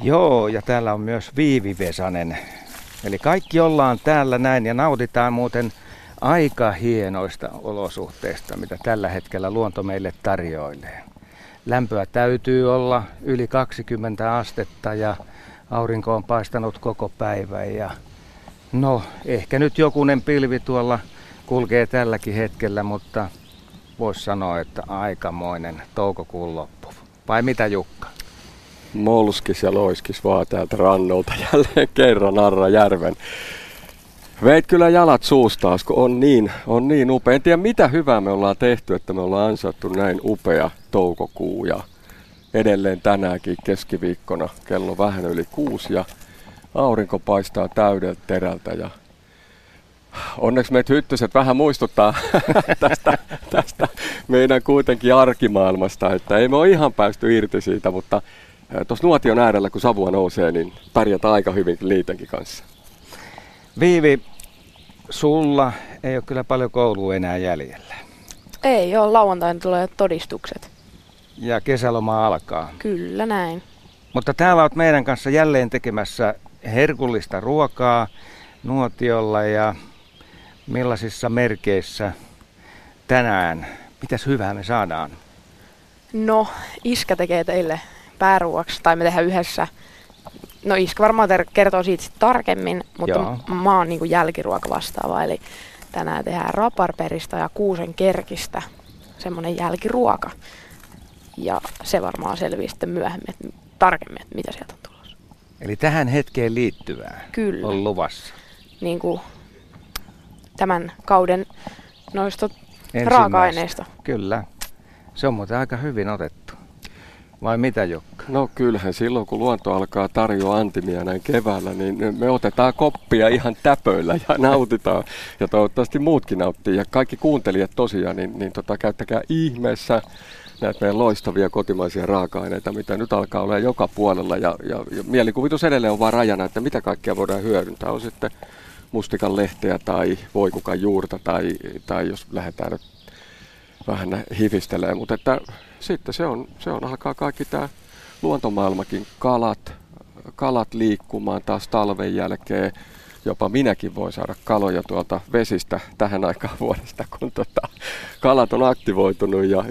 Joo, ja täällä on myös Viivi Vesanen. Eli kaikki ollaan täällä näin ja nautitaan muuten aika hienoista olosuhteista, mitä tällä hetkellä luonto meille tarjoilee. Lämpöä täytyy olla yli 20 astetta ja aurinko on paistanut koko päivän. Ja no, ehkä nyt jokunen pilvi tuolla kulkee tälläkin hetkellä, mutta voisi sanoa, että aikamoinen toukokuun loppu. Vai mitä, Jukka? Molskis ja loiskis vaan täältä rannolta jälleen kerran Arrajärven. Veit kyllä jalat suustaas, kun on niin upea. En tiedä mitä hyvää me ollaan tehty, että me ollaan ansaittu näin upea toukokuu. Ja edelleen tänäänkin keskiviikkona kello vähän yli 6 ja aurinko paistaa täydeltä terältä. Ja onneksi meitä hyttyset vähän muistuttaa tästä meidän kuitenkin arkimaailmasta, että ei me ole ihan päästy irti siitä, mutta tuossa nuotion äärellä, kun savua nousee, niin pärjätään aika hyvin niidenkin kanssa. Viivi, sulla ei ole kyllä paljon koulua enää jäljellä. Ei ole, lauantaina tulee todistukset. Ja kesäloma alkaa. Kyllä näin. Mutta täällä olet meidän kanssa jälleen tekemässä herkullista ruokaa nuotiolla ja millaisissa merkeissä tänään? Mitäs hyvää me saadaan? No, iskä tekee teille pääruuaksi, tai me tehdään yhdessä. No iskä varmaan kertoo siitä tarkemmin, mutta Joo. mä oon niinku jälkiruoka vastaava. Eli tänään tehdään raparperista ja kuusen kerkistä semmonen jälkiruoka. Ja se varmaan selviää sitten myöhemmin tarkemmin, että mitä sieltä on tulossa. Eli tähän hetkeen liittyvää Kyllä. on luvassa. Niinku tämän kauden noista raaka-aineista. Kyllä. Se on muuten aika hyvin otettu. Vai mitä, Jukka? No kyllähän silloin, kun luonto alkaa tarjoa antimia näin keväällä, niin me otetaan koppia ihan täpöillä ja nautitaan. Ja toivottavasti muutkin nauttii. Ja kaikki kuuntelijat tosiaan, niin käyttäkää ihmeessä näitä meidän loistavia kotimaisia raaka-aineita, mitä nyt alkaa olla joka puolella. Ja mielikuvitus edelleen on vaan rajana, että mitä kaikkea voidaan hyödyntää. On sitten mustikan lehteä tai voikukan juurta tai jos lähdetään nyt vähän hifistelee, mutta että sitten se on alkaa kaikki tämä luontomaailmakin, kalat liikkumaan taas talven jälkeen. Jopa minäkin voin saada kaloja tuolta vesistä tähän aikaan vuodesta, kun kalat on aktivoitunut ja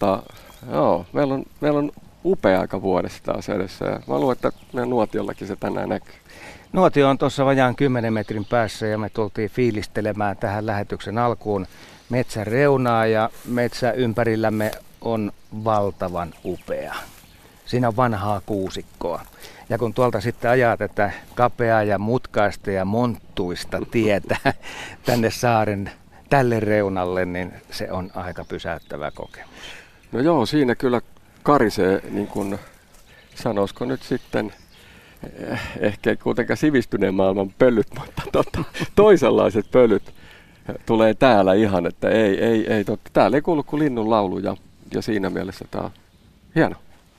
joo, meillä on upea aika vuodesta taas edessä ja mä luulen, että meidän nuotiollakin se tänään näkyy. Nuotio on tuossa vajaan 10 metrin päässä ja me tultiin fiilistelemään tähän lähetyksen alkuun metsän reunaa ja metsä ympärillämme on valtavan upea. Siinä on vanhaa kuusikkoa. Ja kun tuolta sitten ajaa tätä kapeaa ja mutkaista ja monttuista tietä tänne saaren tälle reunalle, niin se on aika pysäyttävä kokemus. No joo, siinä kyllä karisee, niin kuin sanoisiko nyt sitten, ehkä ei kuitenkaan sivistyneen maailman pölyt, mutta toisenlaiset pölyt tulee täällä ihan, että täällä ei kuulu kuin linnun laulu ja siinä mielessä tämä on hieno.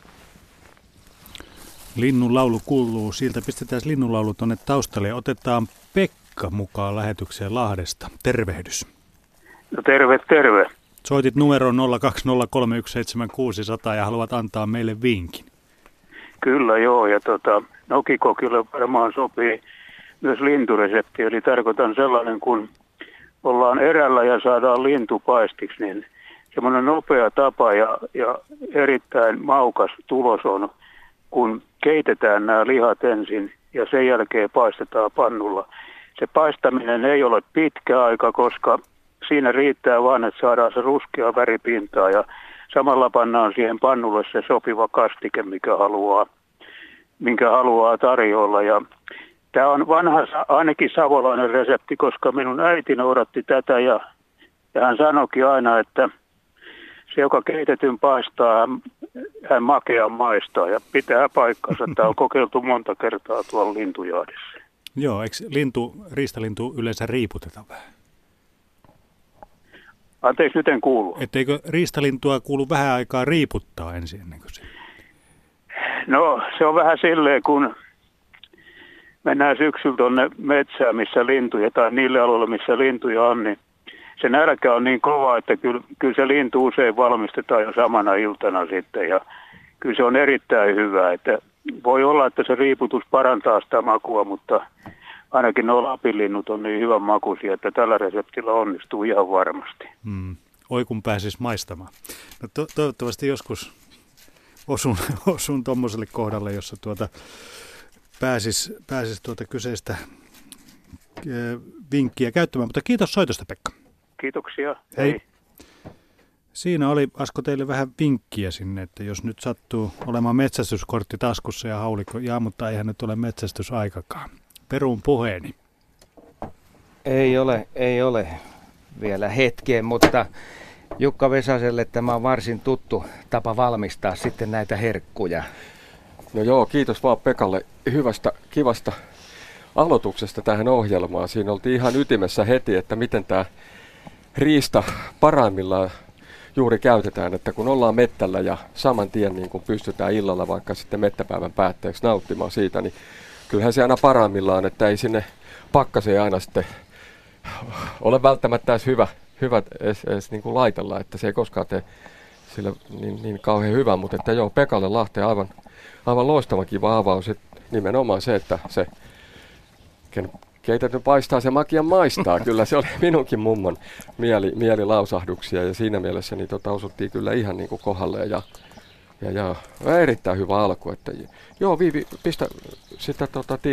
Linnun laulu kuuluu, sieltä pistetään linnunlaulu tuonne taustalle ja otetaan Pekka mukaan lähetykseen Lahdesta. Tervehdys. No terve. Soitit numeroon 020317600 ja haluat antaa meille vinkin. Kyllä joo, ja nokiko kyllä varmaan sopii myös linturesepti, eli tarkoitan sellainen, kun ollaan erällä ja saadaan lintu paistiksi, niin semmoinen nopea tapa ja erittäin maukas tulos on, kun keitetään nämä lihat ensin ja sen jälkeen paistetaan pannulla. Se paistaminen ei ole pitkä aika, koska siinä riittää vaan, että saadaan se ruskea väripintaa ja samalla pannaan siihen pannulle se sopiva kastike, minkä haluaa tarjolla. Ja tämä on vanha, ainakin savolainen resepti, koska minun äiti noudatti tätä ja hän sanoikin aina, että se, joka keitetyn paistaa, hän makean maistaa ja pitää paikkansa. Tämä on kokeiltu monta kertaa tuolla lintujahdissa. Joo, eikö riistalintu yleensä riiputeta vähän? Anteeksi, nyt en kuulu. Etteikö riistalintua kuulu vähän aikaa riiputtaa ensin ennen kuin se? No, se on vähän silleen, kun mennään syksyllä tuonne metsään, missä lintuja, tai niille alueille, missä lintuja on, niin se nälkä on niin kova, että kyllä se lintu usein valmistetaan jo samana iltana sitten. Ja kyllä se on erittäin hyvä, että voi olla, että se riiputus parantaa sitä makua, mutta ainakin nuo lapinlinnut on niin hyvän makuisia, että tällä reseptillä onnistuu ihan varmasti. Oi kun pääsis maistamaan. No toivottavasti joskus osun tuommoiselle kohdalle, jossa pääsis kyseistä vinkkiä käyttämään. Mutta kiitos soitosta, Pekka. Kiitoksia. Hei. Siinä oli, Asko, teille vähän vinkkiä sinne, että jos nyt sattuu olemaan metsästyskortti taskussa ja haulikko, mutta eihän nyt ole metsästysaikakaan. Peruun puheeni. Ei ole vielä hetkeen, mutta Jukka Vesaselle tämä on varsin tuttu tapa valmistaa sitten näitä herkkuja. No joo, kiitos vaan Pekalle hyvästä, kivasta aloituksesta tähän ohjelmaan. Siinä oltiin ihan ytimessä heti, että miten tämä riista parhaimmillaan juuri käytetään, että kun ollaan mettällä ja saman tien niin kun pystytään illalla vaikka sitten mettäpäivän päätteeksi nauttimaan siitä, niin kyllähän se aina parhaimmillaan, että ei sinne pakkaseen aina sitten ole välttämättä edes hyvä edes niin kuin laitella, että se ei koskaan tee sillä niin kauhean hyvä, mutta että joo, Pekalle Lahteen aivan loistava kiva avaus, nimenomaan se, että se keitetty paistaa, se makia maistaa. Kyllä se oli minunkin mummon mielilausahduksia ja siinä mielessä niin osuttiin kyllä ihan niin kuin kohdalleen ja erittäin hyvä alku. Että, joo, Viivi, pistä sitä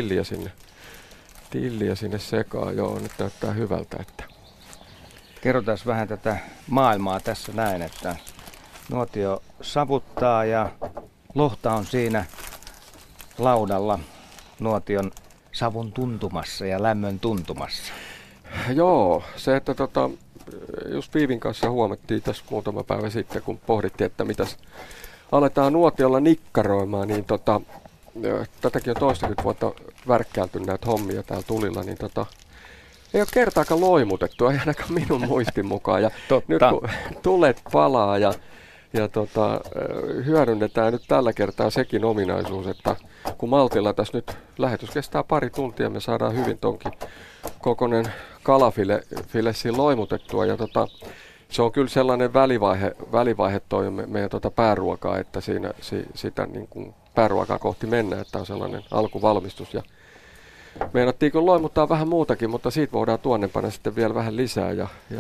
tilliä sinne sekaan. Joo, nyt näyttää hyvältä. Että. Kerrotaan vähän tätä maailmaa tässä näin, että nuotio savuttaa ja lohta on siinä laudalla nuotion savun tuntumassa ja lämmön tuntumassa. Joo, se että just Viivin kanssa huomattiin tässä muutama päivä sitten, kun pohdittiin, että mitäs aletaan nuotiolla nikkaroimaan, niin tätäkin on toistakymmentä vuotta värkkäälty näitä hommia täällä tulilla, niin ei ole kertaakaan loimutettu, ei ainakaan minun muistin mukaan. Ja nyt kun tulet palaa ja hyödynnetään nyt tällä kertaa sekin ominaisuus, että kun maltilla tässä nyt lähetys kestää pari tuntia, me saadaan hyvin tonkin kokoinen kalafilessi loimutettua. Ja se on kyllä sellainen välivaihe toi meidän pääruokaa, että siinä sitä niin kuin pääruokaa kohti mennään, että on sellainen alkuvalmistus. Ja meinattiin kyllä loimuttaa vähän muutakin, mutta siitä voidaan tuonnepana sitten vielä vähän lisää.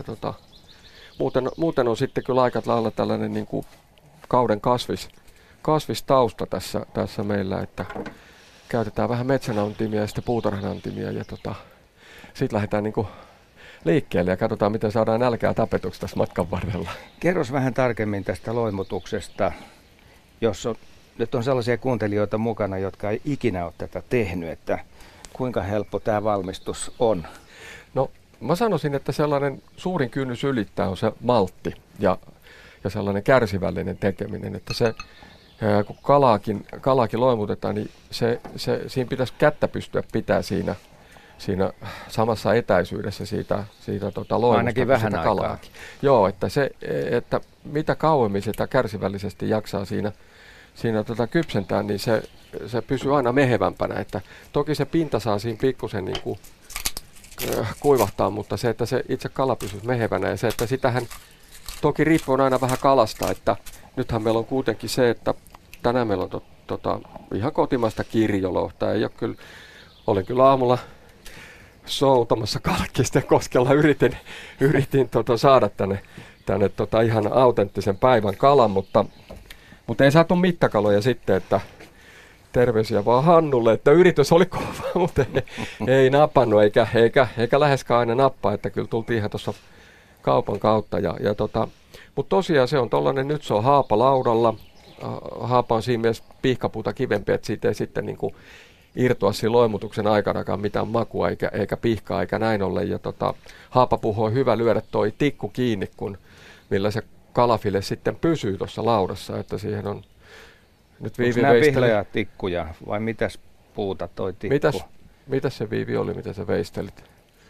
Muuten on sitten kyllä aika lailla tällainen niin kuin kauden kasvistausta tässä meillä, että käytetään vähän metsänantimia ja sitten puutarhanantimia ja sitten lähdetään niin kuin liikkeelle ja katsotaan, miten saadaan nälkää tapetuksi tässä matkan varrella. Kerros vähän tarkemmin tästä loimutuksesta, jos nyt on sellaisia kuuntelijoita mukana, jotka ei ikinä ole tätä tehnyt, että kuinka helppo tämä valmistus on? No, mä sanoisin, että sellainen suurin kynnys ylittää on se maltti ja sellainen kärsivällinen tekeminen, että se, kun kalaakin loimutetaan, niin siinä pitäisi kättä pystyä pitää siinä samassa etäisyydessä siitä loimusta. Ainakin vähän aikaa. Joo, että mitä kauemmin sitä kärsivällisesti jaksaa siinä kypsentää, niin se pysyy aina mehevämpänä. Että toki se pinta saa siinä pikkusen niin kuin kuivahtaa, mutta se, että se itse kala pysyy mehevänä ja se, että sitähän toki riippuu aina vähän kalasta, että nythän meillä on kuitenkin se, että tänään meillä on ihan kotimaista kirjolohta. Ei ole kyllä, olin kyllä aamulla soutamassa Kalkkisten koskella, yritin saada tänne ihan autenttisen päivän kalan, mutta ei saatu mittakaloja sitten, että terveisiä vaan Hannulle, että yritys oli kova, mutta ei napannut eikä läheskään aina nappaa, että kyllä tultiin ihan tuossa kaupan kautta. Mutta tosiaan se on tollainen, nyt se on haapa laudalla, haapa on siinä mielessä pihkapuuta kivempi, että siitä ei sitten niin kuin irtoa siinä loimutuksen aikanakaan mitään makua eikä pihkaa eikä näin ollen. Ja haapapuuhun on hyvä lyödä toi tikku kiinni, millä se kalafile sitten pysyy tuossa laudassa, että siihen on nyt Viivi veisteli. Onko nämä tikkuja vai mitäs puuta toi tikku? Mitäs se Viivi oli, mitä sä veistelit?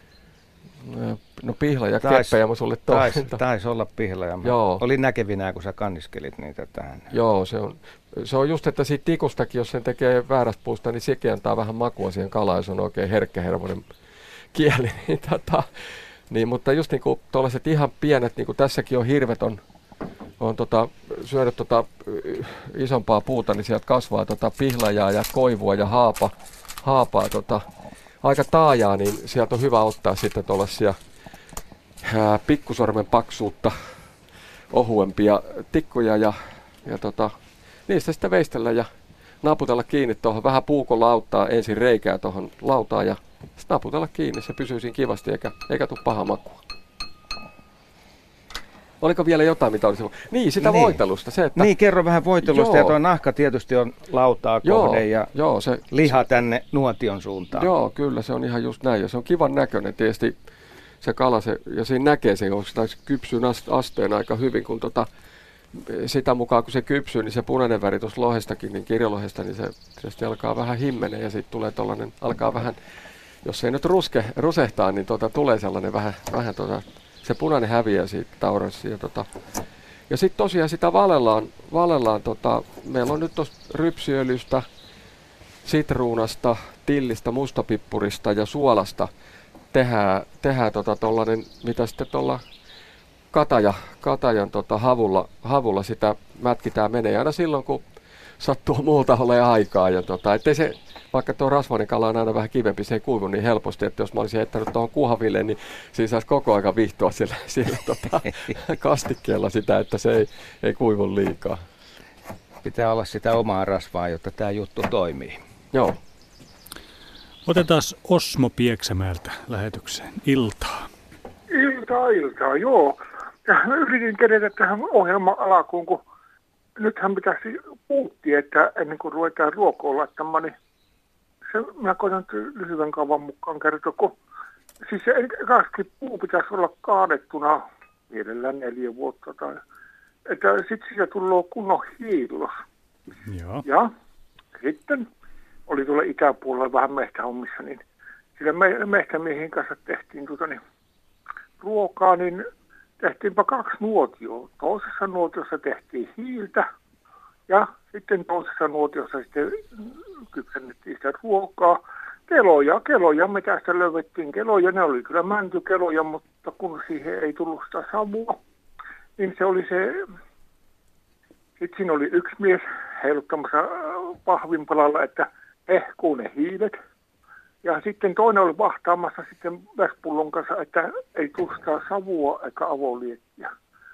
No pihla ja keppejä mä sulle toin. Taisi olla pihla ja olin näkevinään, kun sä kanniskelit niitä tähän. Joo, se on just, että siitä tikustakin, jos sen tekee väärästä puusta, niin sekin antaa vähän makua siihen kalaan, jos on oikein herkkähermoinen kieli. Niin, mutta just niin kuin tuollaiset ihan pienet, niin kuin tässäkin on hirvet, on syönyt isompaa puuta, niin sieltä kasvaa pihlajaa ja koivua ja haapaa aika taajaa, niin sieltä on hyvä ottaa sitten tuollaisia pikkusormen paksuutta ohuempia tikkuja ja niistä sitten veistellä ja naputella kiinni tuohon. Vähän puukolla auttaa ensin reikää tuohon lautaan ja sitten naputella kiinni. Se pysyy siinä kivasti eikä tule paha makua. Oliko vielä jotain, mitä olisi? Niin, sitä voitelusta. Se, että... Niin, kerro vähän voitelusta. Ja tuo nahka tietysti on lautaa kohden ja se liha tänne nuotion suuntaan. Joo, kyllä se on ihan just näin. Ja se on kivan näköinen tietysti se kala. Ja siinä näkee sen, onko se kypsyyn asteen aika hyvin, kun sitä mukaan kun se kypsyy, niin se punainen väri tuossa lohestakin, niin kirjolohesta, niin se tietysti alkaa vähän himmenee ja sitten tulee tollainen, alkaa vähän, jos ei nyt rusehtaa, niin tulee sellainen vähän se punainen häviää siitä taurassa. Ja sitten tosiaan sitä valellaan meillä on nyt tuosta rypsiöljystä, sitruunasta, tillistä, mustapippurista ja suolasta tehdään tollainen, mitä sitten tuolla katajan havulla sitä mätkitään menee aina silloin, kun sattuu muulta olemaan aikaa. Ja ettei se, vaikka tuo rasvainen kala on aina vähän kivempi, se ei kuivu niin helposti, että jos mä olisin heittänyt tuohon kuhaville, niin siinä saisi koko aika vihtoa sillä kastikkeella sitä, että se ei kuivu liikaa. Pitää olla sitä omaa rasvaa, jotta tämä juttu toimii. Joo. Otetaan Osmo Pieksämäeltä lähetykseen. Iltaa. Iltaa, joo. Ja mä yritin kerätä tähän ohjelman alkuun, kun nythän pitäisi puhuttiin, että ennen kuin ruvetaan ruokaa laittamaan, niin minä koitan lyhyen kaavan mukaan kertoa, kun siis se kaksikin puu pitäisi olla kaadettuna mielellään 4 vuotta, tai että sitten siitä tulee kunnon hiillos. Joo. Ja sitten oli tuolla itäpuolella vähän mehtähommissa, niin sillä mehtämiehen kanssa tehtiin ruokaa, niin tehtiinpä 2 nuotioa. Toisessa nuotiossa tehtiin hiiltä ja sitten toisessa nuotiossa sitten kypsennettiin sitä ruokaa. Keloja me tästä löydettiin keloja, ne oli kyllä mäntykeloja, mutta kun siihen ei tullut sitä savua, niin se oli se, sitten siinä oli yksi mies heiluttamassa pahvinpalalla, että hehkuu ne hiilet. Ja sitten toinen oli vahtaamassa sitten vespullon kanssa, että ei tule sitä savua eikä avoliekkiä.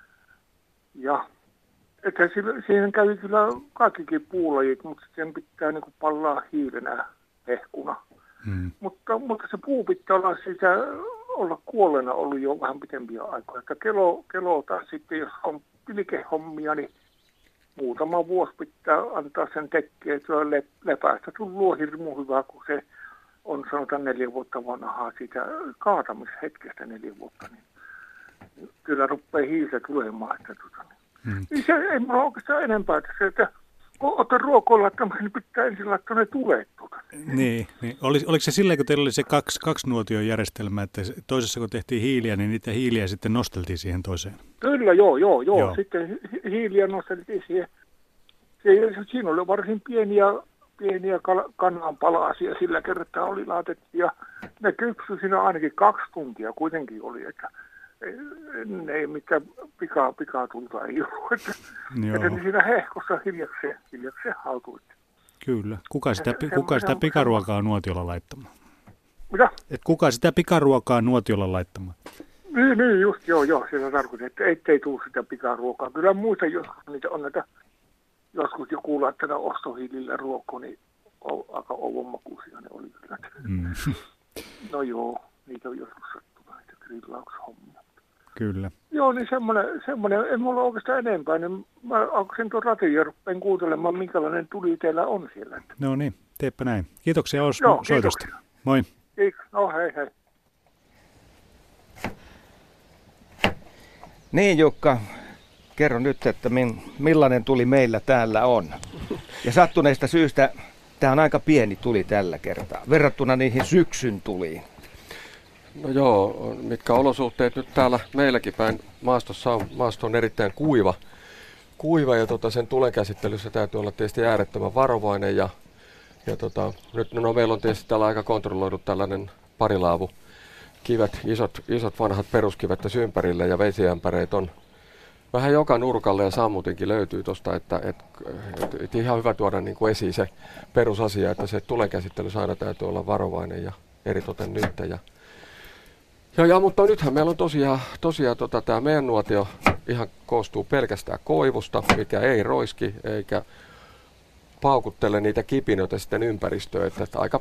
Ja että siihen kävi kyllä kaikkikin puulajit, mutta sen pitää niin kuin pallaa hiilenä hehkuna. Mutta se puu pitää olla kuolleena ollut jo vähän pitempiä aikoja. Että kelo taas sitten, jos on pilkehommia, niin muutama vuosi pitää antaa sen tekkeä lepäistä. Tulee hirmu hyvä, kun se on sanotaan 4 vuotta vanhaa siitä kaatamishetkestä 4 vuotta, niin kyllä rupeaa hiiltä tulemaan. Niin se ei mulla oikeastaan enempää tässä, että kun olette ruokoon laittamassa, niin pitää ensin laittaa ne tuleet. Niin. Oliko se silleen, kun teillä oli se kaksi nuotion järjestelmä, että toisessa kun tehtiin hiiliä, niin niitä hiiliä sitten nosteltiin siihen toiseen? Kyllä, joo. Sitten hiiliä nosteltiin siihen. Siinä oli varsin pieniä kananpalasia sillä kertaa oli laitettu ja ne kypsyi siinä ainakin 2 tuntia kuitenkin oli, että ei mitään pikaa tulta ei ollut, että ne siinä hehkossa hiljakseen hautui. Kyllä. Kuka sitä pikaruokaa nuotiolla laittamaan? Mitä? Kuka sitä pikaruokaa nuotiolla laittamaan? Niin just joo, sitä tarkoitin, että ettei tule sitä pikaruokaa. Kyllä muista joskus niitä on näitä. Joskus joku laittaa ostohiilillä ruokoa, niin aika ovonmakuisia ne oli kyllä. No joo, niitä on joskus sattunut, niitä grillaushommia. Kyllä. Joo, niin semmoinen, ei mulla oikeastaan enempää, niin mä alkaisin tuon ratin ja rupean kuuntelemaan, minkälainen tuli teillä on siellä. No niin, teepä näin. Kiitoksia Osmo soitosta. Moi. Kiitos, no hei. Niin Jukka, kerro nyt, että millainen tuli meillä täällä on. Ja sattuneesta syystä tämä on aika pieni tuli tällä kertaa, verrattuna niihin syksyn tuliin. No joo, mitkä olosuhteet nyt täällä meilläkin päin maastossa on. Maasto on erittäin kuiva ja sen tulen käsittelyssä täytyy olla tietysti äärettömän varovainen. Ja nyt meillä on tietysti täällä aika kontrolloitu tällainen parilaavu kivet, isot vanhat peruskivet tässä ympärillä ja vesiämpäreet on vähän joka nurkalle ja sammutinkin löytyy tuosta, että ihan hyvä tuoda niin kuin esiin se perusasia, että se tulekäsittelyssä aina täytyy olla varovainen ja eritoten nyt. Mutta nythän meillä on tosiaan tämä meidän nuotio ihan koostuu pelkästään koivusta, mikä ei roiski eikä paukuttele niitä kipinöitä sitten ympäristöön, että aika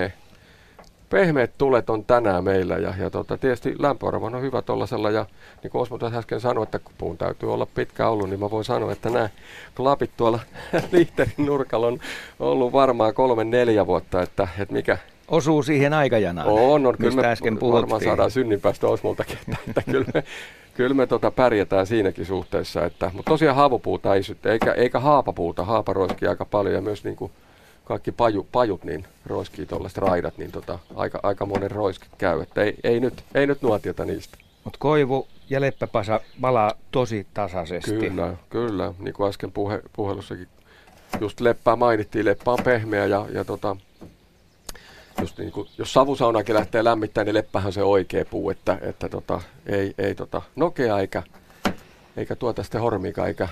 pehmeät tulet on tänään meillä ja tietysti lämpöarvo on hyvä tuollaisella ja niin kuin Osmo tässä äsken sanoi, että kun puun täytyy olla pitkä ollut, niin mä voin sanoa, että nämä lapit tuolla Lihterin nurkalla on ollut varmaan 3-4 vuotta, että osuu siihen aikajanaan, mistä äsken puhuttiin. Varmaan saadaan synninpäästö Osmoltakin, että kyllä me pärjätään siinäkin suhteessa. Mutta tosiaan havupuuta ei sytty, eikä haapapuuta. Haapa roiskii aika paljon ja myös niin kuin kaikki pajut niin roiskii tuollaiset raidat, niin aika monen roiski käy. Että ei nyt nuotiota niistä. Mutta koivu ja leppäpasa palaa tosi tasaisesti. Kyllä. Niin kuin äsken puhelussakin just leppää mainittiin. Leppä on pehmeä ja just niin kuin, jos savusaunakin lähtee lämmittämään, niin leppähän on se oikea puu, että ei nokea eikä tuota sitten hormiika eikä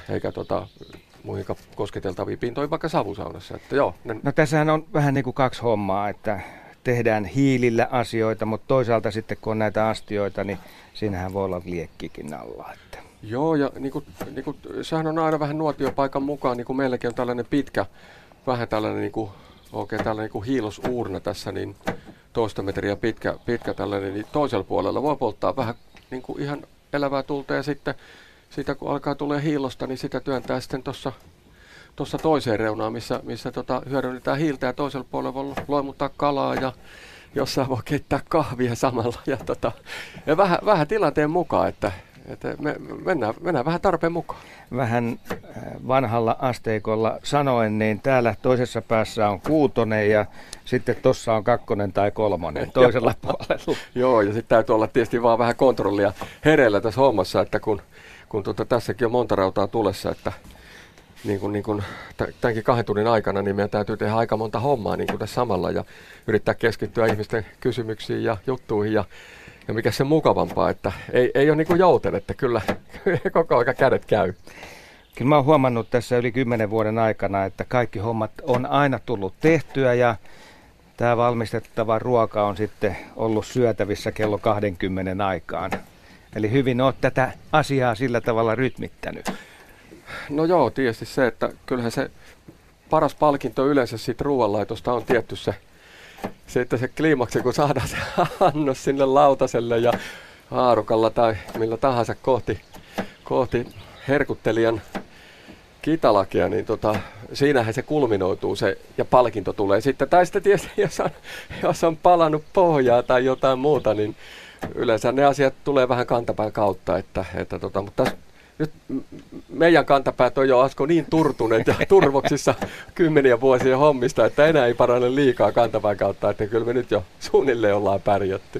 muihin kosketeltavia pintoja vaikka savusaunassa. Että joo, No tässähän on vähän niin kuin kaksi hommaa, että tehdään hiilillä asioita, mutta toisaalta sitten kun on näitä astioita, niin siinähän voi olla liekkikin alla. Että. Joo, ja niin kuin, sehän on aina vähän nuotiopaikan mukaan, niin kuin meilläkin on tällainen vähän tällainen tällainen niin hiilosuurna tässä, niin 1,5 metriä pitkä tällainen, niin toisella puolella voi polttaa vähän niin kuin ihan elävää tulta ja sitten siitä kun alkaa tulee hiilosta, niin sitä työntää sitten tuossa toiseen reunaan, missä hyödynnetään hiiltä ja toisella puolella voi loimuttaa kalaa ja jossain voi keittää kahvia samalla ja vähän tilanteen mukaan, että me mennään vähän tarpeen mukaan. Vähän vanhalla asteikolla sanoen, niin täällä toisessa päässä on 6 ja sitten tuossa on 2 tai 3 toisella puolella. Joo, ja sitten täytyy olla tietysti vaan vähän kontrollia hereillä tässä hommassa, että kun tässäkin on monta rautaa tulessa, että niin kuin tämänkin 2 tunnin aikana niin meidän täytyy tehdä aika monta hommaa niin kuin tässä samalla ja yrittää keskittyä ihmisten kysymyksiin ja juttuihin ja mikä se mukavampaa, että ei ole niin kuin jouten, että kyllä koko aika kädet käy. Kyllä mä oon huomannut tässä yli 10 vuoden aikana, että kaikki hommat on aina tullut tehtyä ja tämä valmistettava ruoka on sitten ollut syötävissä kello 20 aikaan. Eli hyvin oot tätä asiaa sillä tavalla rytmittänyt. No joo, tietysti se, että kyllähän se paras palkinto yleensä siitä ruoanlaitosta on tietty se kliimaksi, kun saadaan se annos sinne lautaselle ja haarukalla tai millä tahansa kohti herkuttelijan kitalakia, niin siinähän se kulminoituu se ja palkinto tulee sitten. Tai sitten tietysti, jos on palannut pohjaa tai jotain muuta, niin yleensä ne asiat tulee vähän kantapään kautta, mutta nyt meidän kantapäät on jo Asko niin turtuneet ja turvoksissa 10 vuosia hommista, että enää ei parane liikaa kantapään kautta, että kyllä me nyt jo suunnilleen ollaan pärjätty.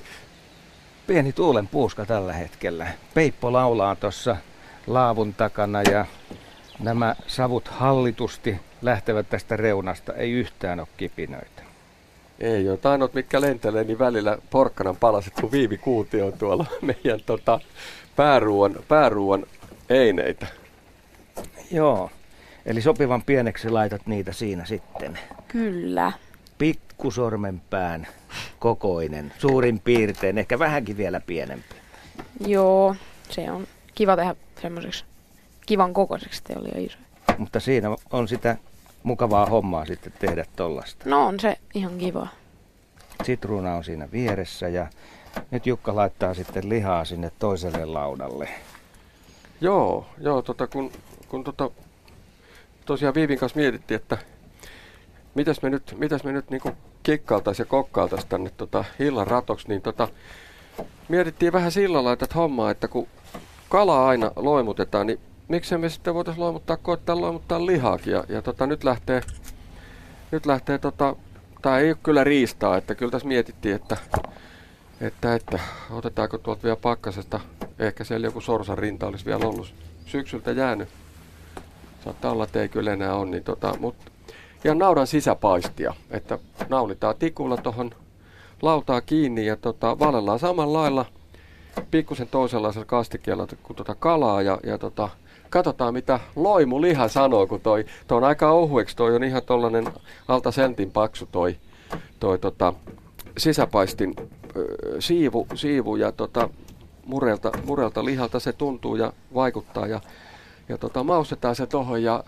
Pieni tuulen puuska tällä hetkellä. Peippo laulaa tuossa laavun takana ja nämä savut hallitusti lähtevät tästä reunasta, ei yhtään ole kipinöitä. Ei, jotain mitkä lentelee, niin välillä porkkanan palaset, kun viivikuuti on tuolla meidän pääruuan eineitä. Joo, eli sopivan pieneksi laitat niitä siinä sitten. Kyllä. Pikkusormenpään kokoinen, suurin piirtein, ehkä vähänkin vielä pienempi. Joo, se on kiva tehdä semmoiseksi kivan kokoiseksi, ettei ole liian iso. Mutta siinä on sitä mukavaa hommaa sitten tehdä tollasta. No on se ihan kiva. Sitruuna on siinä vieressä ja nyt Jukka laittaa sitten lihaa sinne toiselle laudalle. Joo, kun tosiaan Viivin kanssa mietittiin, että mitäs me nyt niinku kikkailtaisiin ja kokkailtaisiin tänne illan ratoksi, niin mietittiin vähän sillä lailla tätä hommaa, että kun kalaa aina loimutetaan, niin miksei me sitten voitaisiin koittaa loimuttaa lihaakin ja nyt lähtee tää ei ole kyllä riistaa, että kyllä tässä mietittiin, että otetaanko tuolta vielä pakkasesta, ehkä siellä joku sorsan rinta olisi vielä ollut syksyltä jäänyt. Saattaa olla, että ei kyllä enää ole, niin mutta ihan naudan sisäpaistia, että naulitaan tikulla tuohon lautaa kiinni ja valellaan samalla lailla pikkusen toisenlaisella kastikkeella kuin kalaa ja katsotaan mitä loimuliha sanoo, kun toi on aika ohueksi, toi on ihan tollanen alta sentin paksu toi sisäpaistin siivu ja murelta lihalta se tuntuu ja vaikuttaa ja maustetaan se tohon ja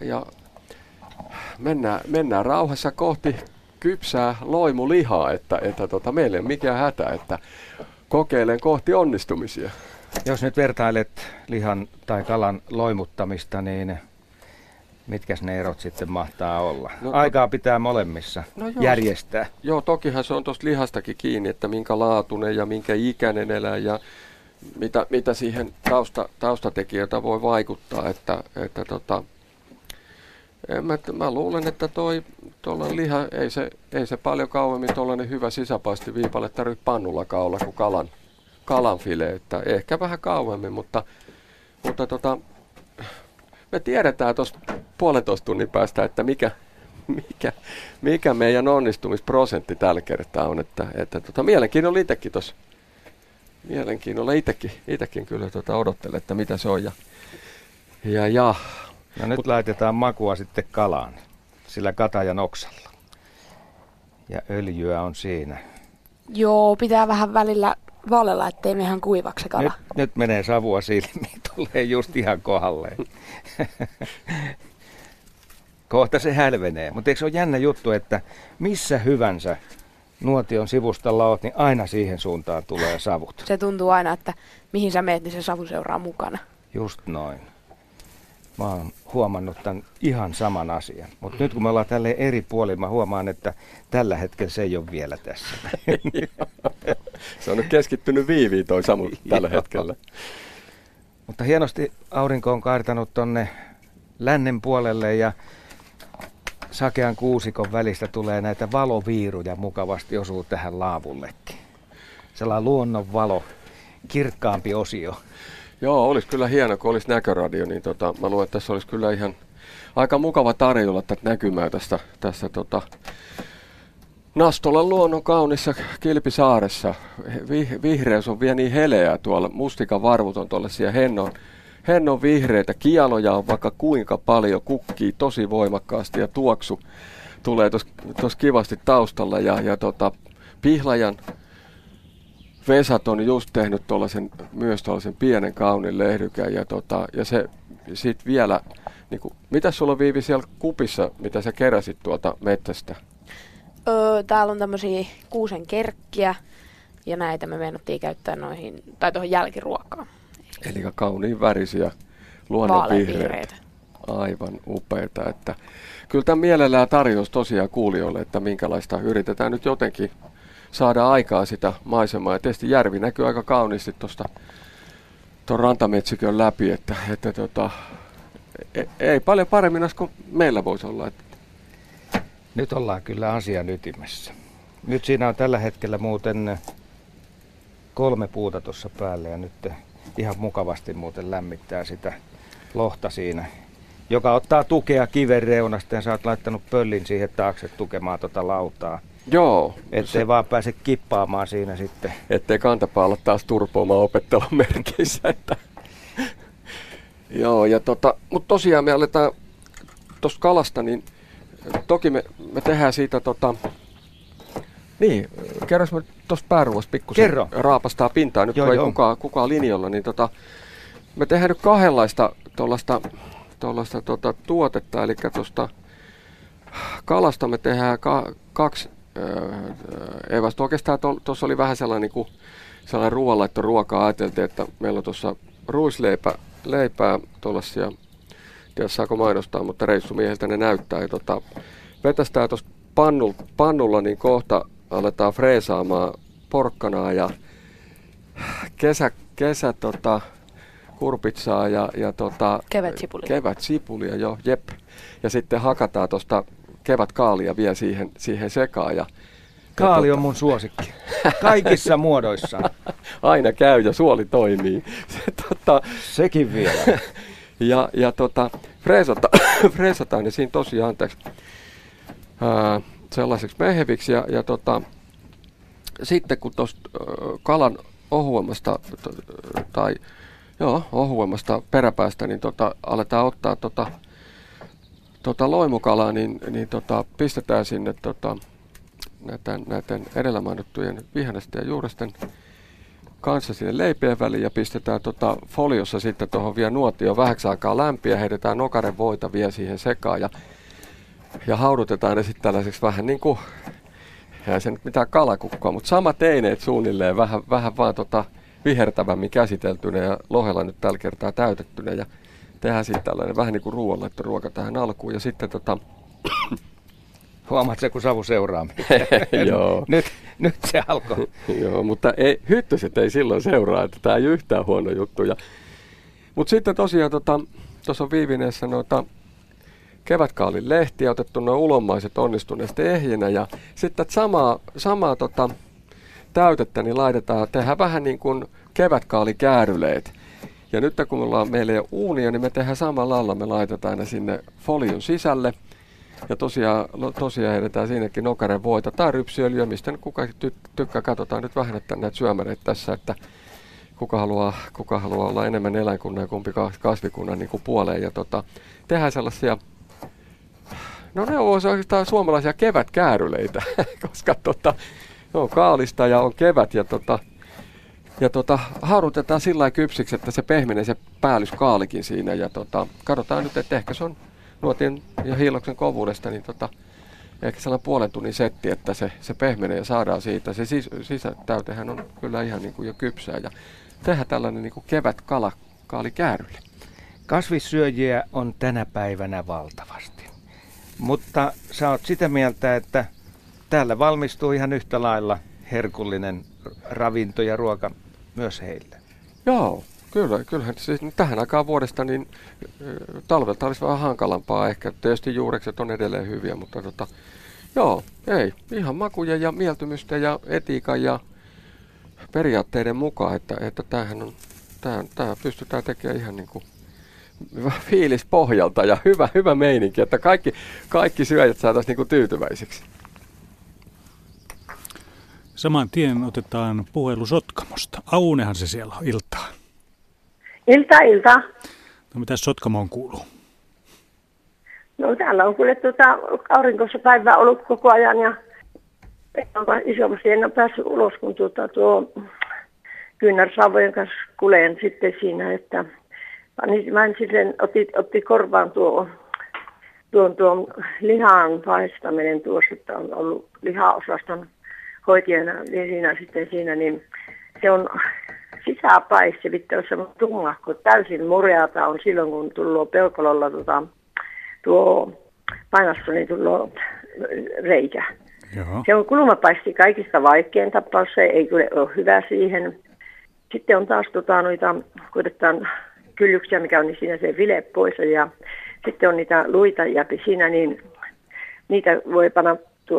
mennään rauhassa kohti kypsää loimulihaa, että meille ei ole mikään hätä, että kokeilen kohti onnistumisia. Jos nyt vertailet lihan tai kalan loimuttamista, niin mitkäs ne erot sitten mahtaa olla? Aikaa pitää molemmissa järjestää. Joo, tokihan se on tuosta lihastakin kiinni, että minkä laatuinen ja minkä ikäinen eläin ja mitä siihen taustatekijöitä voi vaikuttaa. Mä luulen, että tuollainen liha, ei se paljon kauemmin tuollainen hyvä sisäpaistiviipale tarvitse pannullakaan olla kuin kalanfile, että ehkä vähän kauemmin, mutta me tiedetään tuossa 1,5 tunnin päästä, että mikä meidän onnistumisprosentti tällä kertaa on, että mielenkiinnolla itsekin kyllä odottelen, että mitä se on ja. No nyt laitetaan makua sitten kalaan, sillä katajan oksalla. Ja öljyä on siinä. Joo, pitää vähän välillä valella, ettei mehän kuivaksi se kala. Nyt menee savua silmiin, tulee just ihan kohdalleen. Kohta se hälvenee. Mutta eikö se ole jännä juttu, että missä hyvänsä nuotion sivustalla oot, niin aina siihen suuntaan tulee savut. Se tuntuu aina, että mihin sä meet, niin se savu seuraa mukana. Just noin. Mä oon huomannut tämän ihan saman asian. Mutta nyt kun me ollaan tälleen eri puolilla, mä huomaan, että tällä hetkellä se ei ole vielä tässä. Se on nyt keskittynyt viiviin toi Samu tällä hetkellä. Mutta hienosti aurinko on kaartanut tonne lännen puolelle ja sakean kuusikon välistä tulee näitä valoviiruja mukavasti osuu tähän laavullekin. Sellainen luonnon valo, kirkkaampi osio. Joo, olisi kyllä hieno, kun olisi näköradio, niin mä luulen, että tässä olisi kyllä ihan aika mukava tarjolla tätä näkymää tässä Nastolan luonnon kaunissa Kilpisaaressa. Vihreys on vielä niin heleää tuolla, mustikan varvut on tuollaisia hennon vihreitä, kialoja on vaikka kuinka paljon, kukkii tosi voimakkaasti ja tuoksu tulee tuossa kivasti taustalla ja Pihlajan Vesat on just tehnyt myös tuollaisen pienen kauniin lehdykän ja se sit vielä, mitä sulla on Viivi siellä kupissa, mitä sä keräsit tuolta metsästä? Täällä on tämmöisiä kuusen kerkkiä ja näitä me meinattiin käyttää tuohon jälkiruokaan. Eli kauniin värisiä luonnonvihreitä. Aivan upeita, että kyllä tämän mielellään tarjous tosiaan kuulijoille, että minkälaista yritetään nyt jotenkin saada aikaa sitä maisemaa. Ja tietysti järvi näkyy aika kauniisti tuon rantametsikön läpi, että ei paljon paremmin kuin meillä voisi olla. Nyt ollaan kyllä asian ytimessä. Nyt siinä on tällä hetkellä muuten 3 puuta tuossa päällä ja nyt ihan mukavasti muuten lämmittää sitä lohta siinä, joka ottaa tukea kiven reunasta ja sä oot laittanut pöllin siihen taakse tukemaan tuota lautaa. Joo. Ettei vaan pääse kippaamaan siinä sitten. Ettei kantapää olla taas turpoamaan opettelun merkeissä. Joo, ja mutta tosiaan me aletaan tuosta kalasta, niin toki me tehdään siitä niin, kerros mä tuosta pääruoasta pikkusen raapastaa pintaa, nyt kun ei kukaan linjalla, niin me tehdään nyt kahdenlaista tuollaista tuotetta, eli tuosta kalasta me tehdään 2 evästä. Oikeastaan tuossa oli vähän sellainen ruoanlaittoruokaa, ajateltiin, että meillä on tuossa ruisleipää tuollaisia, tiedä saako mainostaa, mutta reissumieheltä ne näyttää. Ja vetästään tuossa pannulla, niin kohta aletaan freesaamaan porkkanaa ja kesä kurpitsaa ja kevätsipulia, joo, jep. Ja sitten hakataan tuosta kevätkaalia vielä siihen sekaan. Kaali on mun suosikki. Kaikissa muodoissaan. Aina käy ja suoli toimii. Sekin vielä. ja freesataan ne siinä tosiaan sellaiseksi meheviksi. Ja sitten kun tuosta kalan ohuemmasta tai Joo, ohuemmasta peräpäästä, niin aletaan ottaa loimukalaa, niin pistetään sinne näiden edellä mainittujen vihannesten ja juuresten kanssa sinne leipien väliin ja pistetään foliossa sitten tuohon vielä nuotioon vähäksi aikaa lämpiä, heitetään nokaren voita vielä siihen sekaan ja haudutetaan ne sitten tällaiseksi vähän niin kuin, ei se nyt mitään kalakukkoa, mutta sama teineet suunnilleen vähän vaan vihertävämmin käsiteltynä ja lohella nyt tällä kertaa täytettynä ja tehdään siitä tällainen vähän niin kuin ruoanlaittoruoka tähän alkuun ja sitten Huomaat se, kun savu seuraa. Joo. Nyt se alkoi. Joo, mutta hyttyset ei silloin seuraa, että tämä ei yhtään huono juttu. Mutta sitten tosiaan tuossa on viivineessä noita kevätkaalin lehtiä otettu nuo ulomaiset onnistuneesti ehjinä ja sitten samaa täytettä niin tehdään vähän niin kuin kevätkaalikääryleet. Ja nyt kun meillä ei ole uunia, niin me tehdään samalla lailla, me laitetaan ne sinne folion sisälle. Ja tosiaan heitetään siinäkin nokaren voita tai rypsiöljyä, mistä kuka tykkää. Katsotaan nyt vähän että näitä syömäreitä tässä, että kuka haluaa olla enemmän eläinkunnan ja kumpi kasvikunnan niin kuin puoleen. Ja tehdään sellaisia, no ne on oikeastaan suomalaisia kevätkääryleitä, koska on kaalista ja on kevät ja haudutetaan sillä lailla kypsiksi, että se pehmenee se päällyskaalikin siinä ja katsotaan nyt, että ehkä se on nuotin ja hiiloksen kovuudesta, niin ehkä sellainen puolen tunnin setti, että se pehmenee ja saadaan siitä. Se sisätäytehän on kyllä ihan niin kuin jo kypsää ja tehdään tällainen niin kuin kevätkalikäärylle. Kasvissyöjiä on tänä päivänä valtavasti, mutta sä oot sitä mieltä, että täällä valmistuu ihan yhtä lailla herkullinen ravinto ja ruoka myös heille. Joo. Kyllähän siis tähän aikaan vuodesta niin talvelta olisi vähän hankalampaa ehkä. Tietysti juurekset on edelleen hyviä, mutta ihan makuja ja mieltymystä ja etiikan ja periaatteiden mukaan, että tämä pystytään tekemään ihan niin kuin fiilis pohjalta ja hyvä meininki, että kaikki syöjät saataisiin niin kuin tyytyväisiksi. Saman tien otetaan puhelu Sotkamosta. Aunehan se siellä on iltaa. Ilta. No mitäs Sotkamoon kuuluu? No täällä on kyllä aurinkossa päivää ollut koko ajan ja isommasti en ole päässyt ulos, kun tuo kyynärsauvojen kanssa kuleen sitten siinä, että mä en sitten otti korvaan tuon lihan paistaminen tuossa, että on ollut lihaosaston hoitajana siinä, niin se on sisäpäin se pitää olla semmoinen tungahko, täysin mureata on silloin, kun tullut peukalolla tuo painassa, niin tullut reikä. Joo. Se on kulmapaisti kaikista vaikein tapaus, se ei kyllä ole hyvä siihen. Sitten on taas noita, koitetaan kyllyksiä, mikä on niin siinä se vile pois ja sitten on niitä luita ja siinä, niin niitä voi panna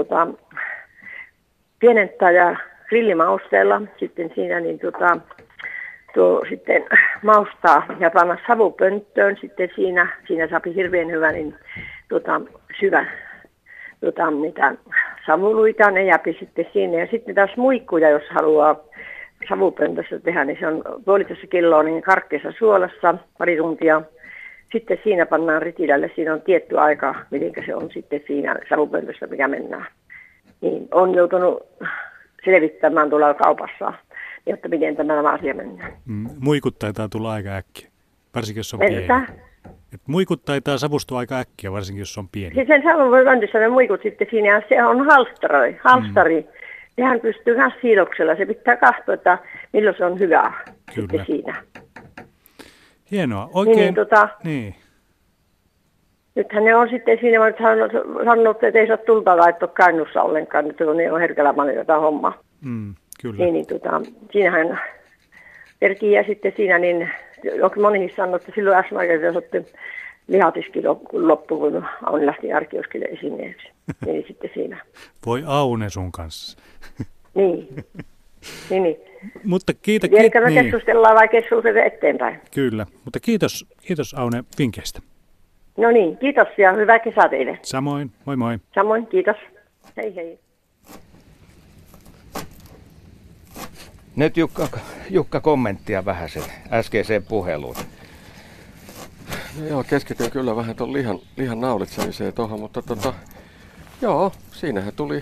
pienentää ja grillimausteella sitten siinä, niin sitten maustaa ja panna savupönttöön sitten siinä saa hirveän hyvä niin syvä niitä savuluita, ne jääpi sitten siinä ja sitten taas muikkuja, jos haluaa savupöntössä tehdä, niin se on 1,5 kiloa niin karkeassa suolassa pari tuntia. Sitten siinä pannaan ritilälle, siinä on tietty aika, miten se on sitten siinä savupöntössä, mikä mennään. Niin on joutunut selvittämään tuolla kaupassa, jotta miten tämä asia mennään. Muikut taitaa tulla aika äkkiä, varsinkin jos on pieni. Muikut taitaa savustua aika äkkiä, varsinkin jos on pieni. Siis sen savupöntössä ne muikut sitten siinä, ja se on halstari. Sehän pystyy myös siiloksella. Se pitää katsoa, että milloin se on hyvää sitten siinä. Hienoa. Oikein. Niin. Nythän ne on sitten siinä, että sanonut, että ei saa tulta laittaa kännussa ollenkaan, nyt kun ne on herkällä jotain hommaa. Kyllä. Siinähän perkii ja sitten siinä, niin monikin sanoo, että silloin äsken otti lihatiski loppu, kun Auni lähti arkioskille esineeksi. Niin sitten siinä. Voi Aune sun kanssa. Niin. Mutta kiitos. Vieläkö me keskustellaan vai keskustellaan eteenpäin? Kyllä, mutta kiitos Aune vinkkeistä. No niin, kiitos ja hyvää kesää teille. Samoin, moi. Samoin, kiitos. Hei. Nyt Jukka kommenttia vähän sen äskeiseen puheluun. No joo, keskityin kyllä vähän tuon lihan naulitsemiseen tuohon, mutta joo, siinähän tuli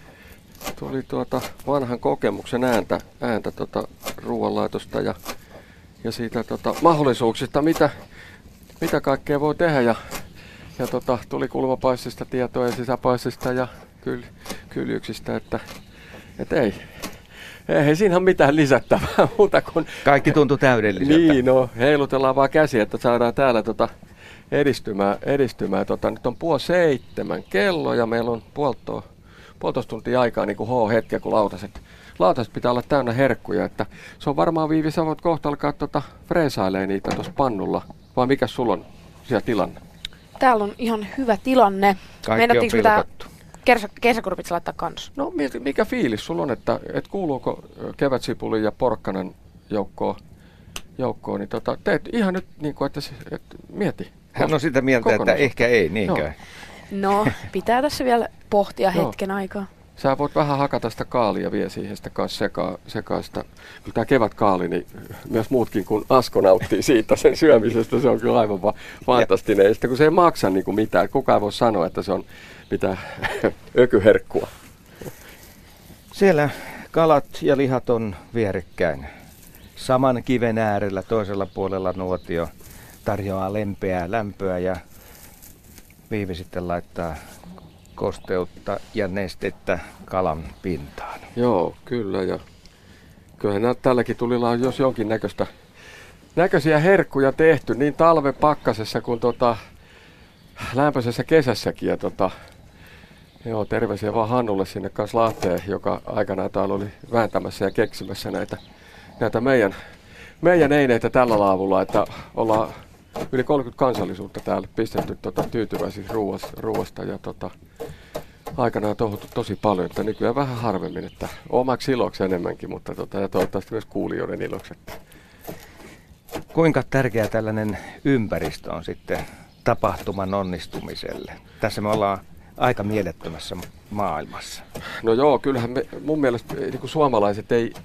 vanhan kokemuksen ääntä ruoanlaitosta ja siitä mahdollisuuksista, mitä kaikkea voi tehdä ja tuli kulmapaissista tietoa ja sisäpaissista ja kyljyksistä, että ei siinä ole mitään lisättävää muuta kuin... Kaikki tuntui täydelliseltä. Niin, no heilutellaan vaan käsi, että saadaan täällä edistymään. Nyt on 6:30 kello ja meillä on puolitoista tuntia aikaa niin kuin hetkeä, kun lautaset pitää olla täynnä herkkuja. Että se on varmaan Viivi, sä voit kohta alkaa freesailemaan niitä tuossa pannulla. Vai mikä sulla on siellä tilanne? Täällä on ihan hyvä tilanne. Kaikki on pilkottu. Kesäkurpitsa laittaa kanssa? No mikä fiilis sulla on, että kuuluuko kevätsipulin ja porkkanan joukkoon, niin teet ihan nyt niin kuin, että mieti. Hän on sitä mieltä, että ehkä ei niinkään. No, pitää tässä vielä pohtia hetken aikaa. Sä voit vähän hakata sitä kaalia vielä siihen sitä kanssa sekaan sitä. Kyllä tämä kevätkaali, niin myös muutkin kuin Asko nauttii siitä sen syömisestä. Se on kyllä aivan fantastinen. Ja sitten kun se ei maksa niin kuin mitään, kukaan ei voi sanoa, että se on mitään ökyherkkua. Siellä kalat ja lihat on vierekkäin. Saman kiven äärellä toisella puolella nuotio tarjoaa lempeää lämpöä ja Viivi sitten laittaa kosteutta ja nestettä kalan pintaan. Joo, kyllä. Ja kyllähän tälläkin tulilla on jos jonkin näköisiä herkkuja tehty niin talven pakkasessa kuin lämpöisessä kesässäkin. Ja joo, terveisiä vaan Hannulle sinne kanssa Lahteen, joka aikanaan täällä oli vääntämässä ja keksimässä näitä meidän eineitä tällä laavulla, että ollaan yli 30 kansallisuutta täällä pistetty tyytyväisiksi ruuasta ja aikanaan touhuttu tosi paljon, että nykyään vähän harvemmin, että omaksi iloksi enemmänkin, mutta ja toivottavasti myös kuulijoiden iloksi. Kuinka tärkeä tällainen ympäristö on sitten tapahtuman onnistumiselle? Tässä me ollaan aika mielettömässä maailmassa. No joo, kyllähän mun mielestä niin kuin suomalaiset ei,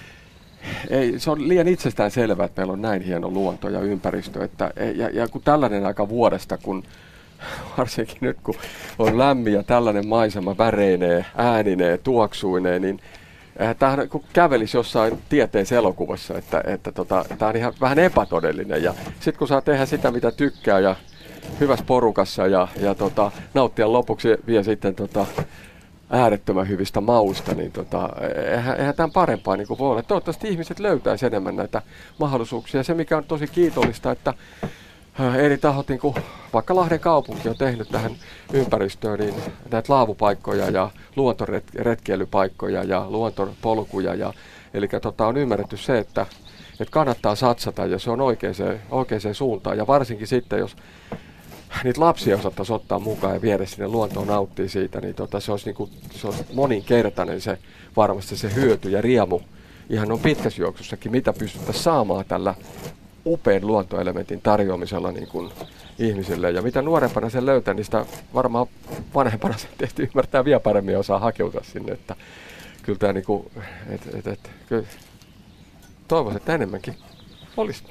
se on liian itsestään selvää, että meillä on näin hieno luonto ja ympäristö. Ja kun tällainen aika vuodesta, kun varsinkin nyt kun on lämmin ja tällainen maisema väreinee, ääninee, tuoksuinee, niin tämähän kun kävelisi jossain tieteessä elokuvassa, että tämä on ihan vähän epätodellinen. Ja sitten kun saa tehdä sitä, mitä tykkää ja hyvässä porukassa ja nauttia lopuksi vielä sitten äärettömän hyvistä mausta, niin eihän tämän parempaa niin kuin voi olla. Toivottavasti ihmiset löytäisi enemmän näitä mahdollisuuksia. Se, mikä on tosi kiitollista, että eri tahot, niin kuin vaikka Lahden kaupunki on tehnyt tähän ympäristöön, niin näitä laavupaikkoja ja luontoretkeilypaikkoja ja luontopolkuja. Eli on ymmärretty se, että kannattaa satsata ja se on oikeaan suuntaan. Ja varsinkin sitten, jos niitä lapsia osattaisiin ottaa mukaan ja viedä sinne luontoon nauttia siitä, niin se olisi moninkertainen varmasti se hyöty ja riemu ihan on pitkässä juoksussakin, mitä pystyttäisiin saamaan tällä upean luontoelementin tarjoamisella niin kuin ihmisille. Ja mitä nuorempana sen löytää, niin sitä varmaan vanhempana sen tehty ymmärtää vielä paremmin ja osaa hakeutua sinne. Että kyllä tämä niinku, kyllä toivoisin, että enemmänkin olisi.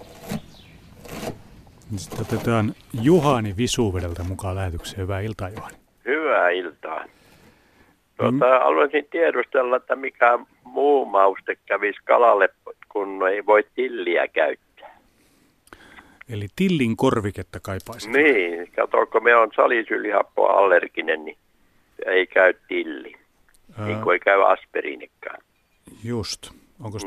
Sitten otetaan Juhani Visuvedeltä mukaan lähetykseen. Hyvää iltaa, Juhani. Hyvää iltaa. Haluaisin tiedustella, että mikä muu mauste kävisi kalalle, kun ei voi tilliä käyttää. Eli tillin korviketta kaipaisit. Niin, kato, me on salisyylihappoallerginen, niin ei käy tilli. Niin kuin ei käy aspiriinikään. Just. Onko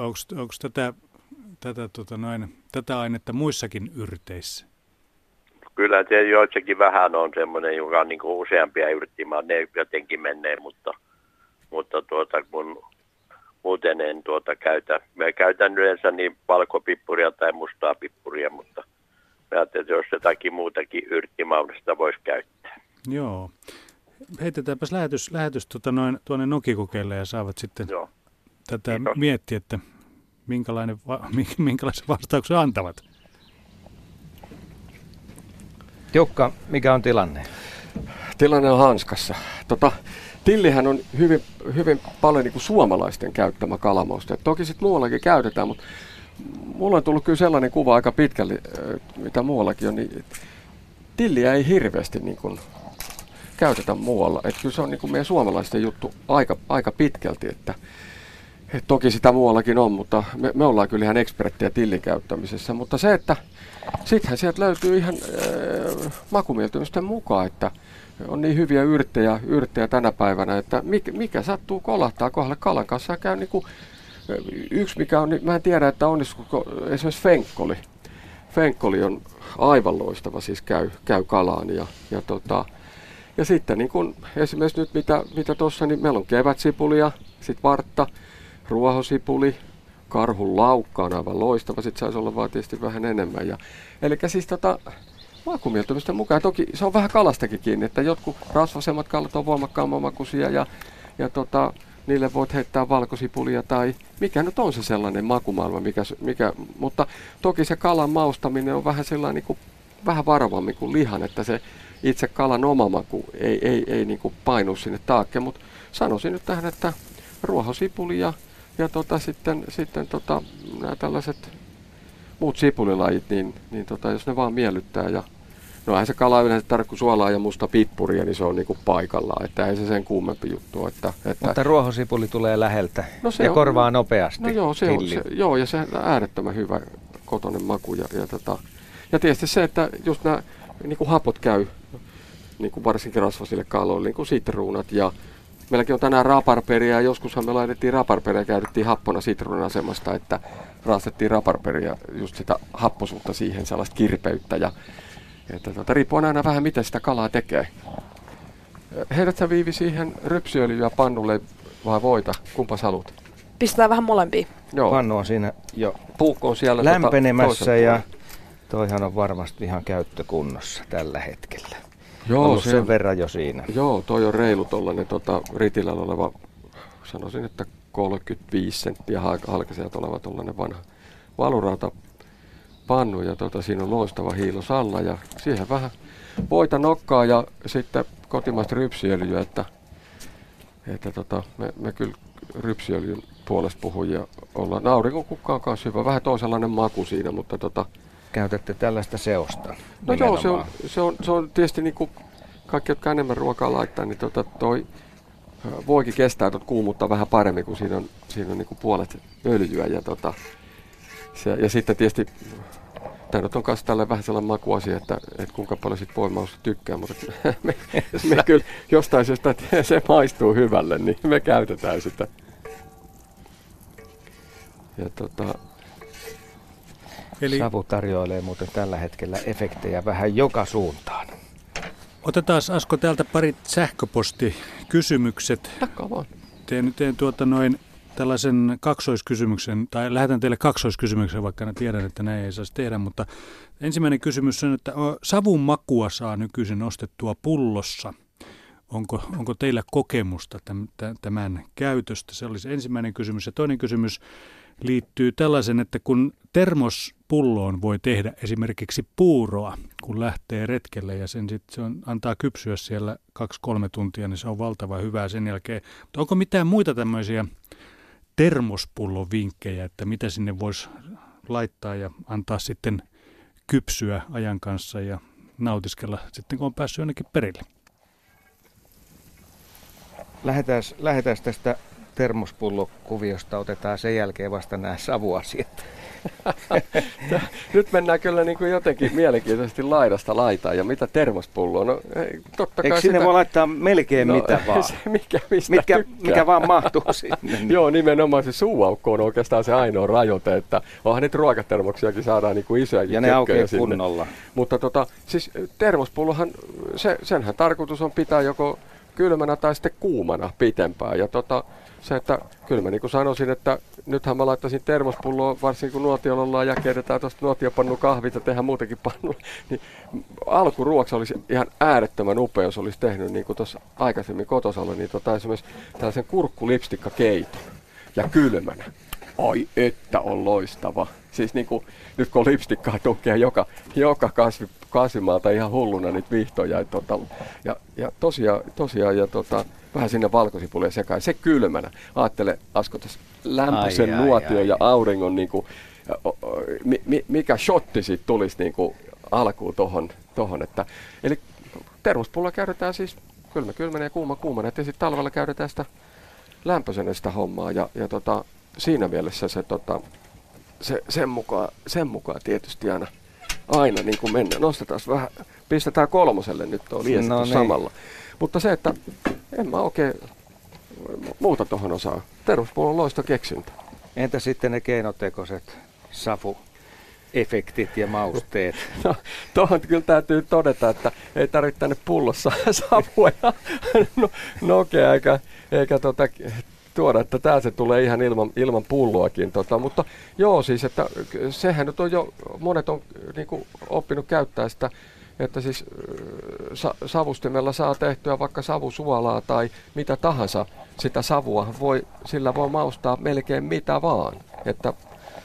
tätä ainetta muissakin yrteissä? Kyllä se joissakin vähän on semmoinen, joka on niin kuin useampia yrttimaa, ne jotenkin menee, mutta kun muuten en käytä. Mä käytän yleensä niin valkopippuria tai mustaa pippuria, mutta mä ajattelin, että jos jotakin muutakin yrttimaudesta voisi käyttää. Joo. Heitetäänpäs lähetys tuonne Nokikokeille ja saavat sitten tätä miettiä, että minkälaisen vastauksen antavat. Jukka, mikä on tilanne? Tilanne on hanskassa. Tillihän on hyvin paljon niin kuin suomalaisten käyttämä kalamauste. Toki sitten muuallakin käytetään, mutta mulla on tullut kyllä sellainen kuva aika pitkälle, mitä muuallakin on, niin tilliä ei hirveästi niin kuin käytetä muualla. Että kyllä se on niin kuin meidän suomalaisten juttu aika pitkälti, että toki sitä muuallakin on, mutta me ollaan kyllä ihan eksperttejä tillin käyttämisessä. Mutta se, että sittenhän sieltä löytyy ihan makumieltymysten mukaan, että on niin hyviä yrttejä tänä päivänä, että mikä sattuu kolahtaa kohdalle kalan kanssa. Käy niin kuin, yksi mikä on, mä en tiedä, että onnistuuko esimerkiksi fenkkoli. Fenkkoli on aivan loistava, siis käy kalaan. Ja sitten niin kun esimerkiksi nyt mitä tuossa, niin meillä on kevätsipulia, sitten vartta, ruohosipuli, karhun laukka on aivan loistava, sitten saisi olla vaan tietysti vähän enemmän. Eli siis makumieltymysten mukaan, toki se on vähän kalastakin kiinni, että jotkut rasvasemmat kalat on voimakkaamman makuisia ja niille voit heittää valkosipulia tai mikä nyt on se sellainen makumaailma, mutta toki se kalan maustaminen on vähän sellainen niin kuin, vähän varovammin kuin lihan, että se itse kalan oma maku ei niin kuin painu sinne taakke, mutta sanoisin nyt tähän, että ruohosipuli ja sitten nämä tällaiset muut sipulilajit, niin jos ne vaan miellyttää ja no eihän se kala yleensä tarvitse suolaa ja musta pippuria, niin se on niinku paikallaan, että ei se sen kummempi juttu. Mutta ruohosipuli tulee läheltä ja on, korvaa nopeasti. No joo, ja se on äärettömän hyvä kotonen maku. Ja tietysti se, että just nämä niinku hapot käy niinku varsinkin rasvasille kaloille, niin kuin sitruunat ja meilläkin on tänään raparperia ja joskushan me laitettiin raparperia ja käytettiin happona sitruunan asemasta, että raastettiin raparperia just sitä happosuutta siihen, sellaista kirpeyttä ja riippuu aina vähän miten sitä kalaa tekee. Heidät sä Viivi siihen rypsiöljyä pannulle vai voita? Kumpas haluat? Pistetään vähän molempia. Joo. Pannu on siinä jo puukko on siellä lämpenemässä ja toihan on varmasti ihan käyttökunnossa tällä hetkellä. Joo, ollut sen verran jo siinä. Joo, toi on reilu tollanen ritilällä oleva, sanoisin, että 35 senttiä halkasijalta oleva tollanen vanha valurauta pannu ja siinä on loistava hiilos alla ja siihen vähän voita nokkaa ja sitten kotimaista rypsiöljyä, että me kyllä rypsiöljyn puolesta puhujia ollaan. Aurinkokukka on kanssa hyvä, vähän toisenlainen maku siinä, mutta käytätte tällaista seosta? No joo, se on tietysti niin kuin kaikki, jotka enemmän ruokaa laittaa, niin toi voikin kestää kuumuttaa vähän paremmin, kun siinä on niin kuin puolet öljyä ja sitten tietysti tämä on myös tälle vähän sellainen makuasia, että kuinka paljon sit voimausta tykkää, mutta me kyllä jostain syystä, että se maistuu hyvälle, niin me käytetään sitä. Ja eli savu tarjoilee muuten tällä hetkellä efektejä vähän joka suuntaan. Otetaan Asko täältä parit sähköpostikysymykset. Takkaa vaan. Teen tällaisen kaksoiskysymyksen, tai lähetän teille kaksoiskysymyksen, vaikka tiedän, että näin ei saisi tehdä, mutta ensimmäinen kysymys on, että savun makua saa nykyisin ostettua pullossa. Onko teillä kokemusta tämän käytöstä? Se olisi ensimmäinen kysymys. Ja toinen kysymys liittyy tällaisen, että kun termospulloon voi tehdä esimerkiksi puuroa, kun lähtee retkelle ja se antaa kypsyä siellä 2-3 tuntia, niin se on valtavan hyvää sen jälkeen. Mutta onko mitään muita tämmöisiä termospullon vinkkejä, että mitä sinne voisi laittaa ja antaa sitten kypsyä ajan kanssa ja nautiskella sitten, kun on päässyt jonnekin perille? Lähdetään tästä termospullokuviosta, otetaan sen jälkeen vasta nämä savuasiat. Nyt mennään kyllä niin kuin jotenkin mielenkiintoisesti laidasta laitaan. Ja mitä termospulloa? No, totta kai eikö sinne voi laittaa melkein mitä vaan? Mikä vaan mahtuu sinne. Niin. Joo, nimenomaan se suuaukko on oikeastaan se ainoa rajoite, että onhan nyt ruokatermoksiakin saadaan niin kuin isoja. Ja ne aukeaa kunnolla. Mutta siis termospullohan, senhän tarkoitus on pitää joko kylmänä tai sitten kuumana pitempään. Ja se, että kyllä mä niin kuin sanoisin, että nythän mä laittaisin termospulloa, varsinkin kun nuotiolla ollaan ja kierretään tuosta nuotiopannu kahvit ja tehdään muutenkin pannulla, niin alkuruoksi olisi ihan äärettömän upea, jos olisi tehnyt niin kuin tuossa aikaisemmin kotosalla, niin esimerkiksi tällaisen kurkkulipstikkakeiton ja kylmänä. Ai että on loistava. Siis niin kuin, nyt kun lipstikkaa tukee joka Kasimaalta ihan hulluna niitä vihtoja. Ja tosiaan vähän sinne valkosipulia sekaan. Se kylmänä. Aattele, Asko, tässä lämpöisen nuotion ja auringon, niinku, mikä shotti siitä tulisi niinku alkuun tohon. Eli termospulloa käytetään siis kylmänä ja kuumana. Ja sitten talvella käytetään sitä lämpöisenä sitä hommaa. Ja siinä mielessä sen mukaan tietysti aina niin kuin mennään. Nostetaan vähän, pistetään 3 nyt on liesitty niin samalla. Mutta se, että en mä oikein muuta tuohon osaa. Tervospuolon loista keksintä. Entä sitten ne keinotekoiset savuefektit ja mausteet? No, tuohon kyllä täytyy todeta, että ei tarvitse tänne pullossa savua ja nokea eikä tuoda, että tää se tulee ihan ilman pulloakin. Mutta joo, siis että sehän nyt on jo, monet on niinku oppinut käyttää sitä, että siis savustimella saa tehtyä vaikka savusuolaa tai mitä tahansa. Sitä savua sillä voi maustaa melkein mitä vaan. Että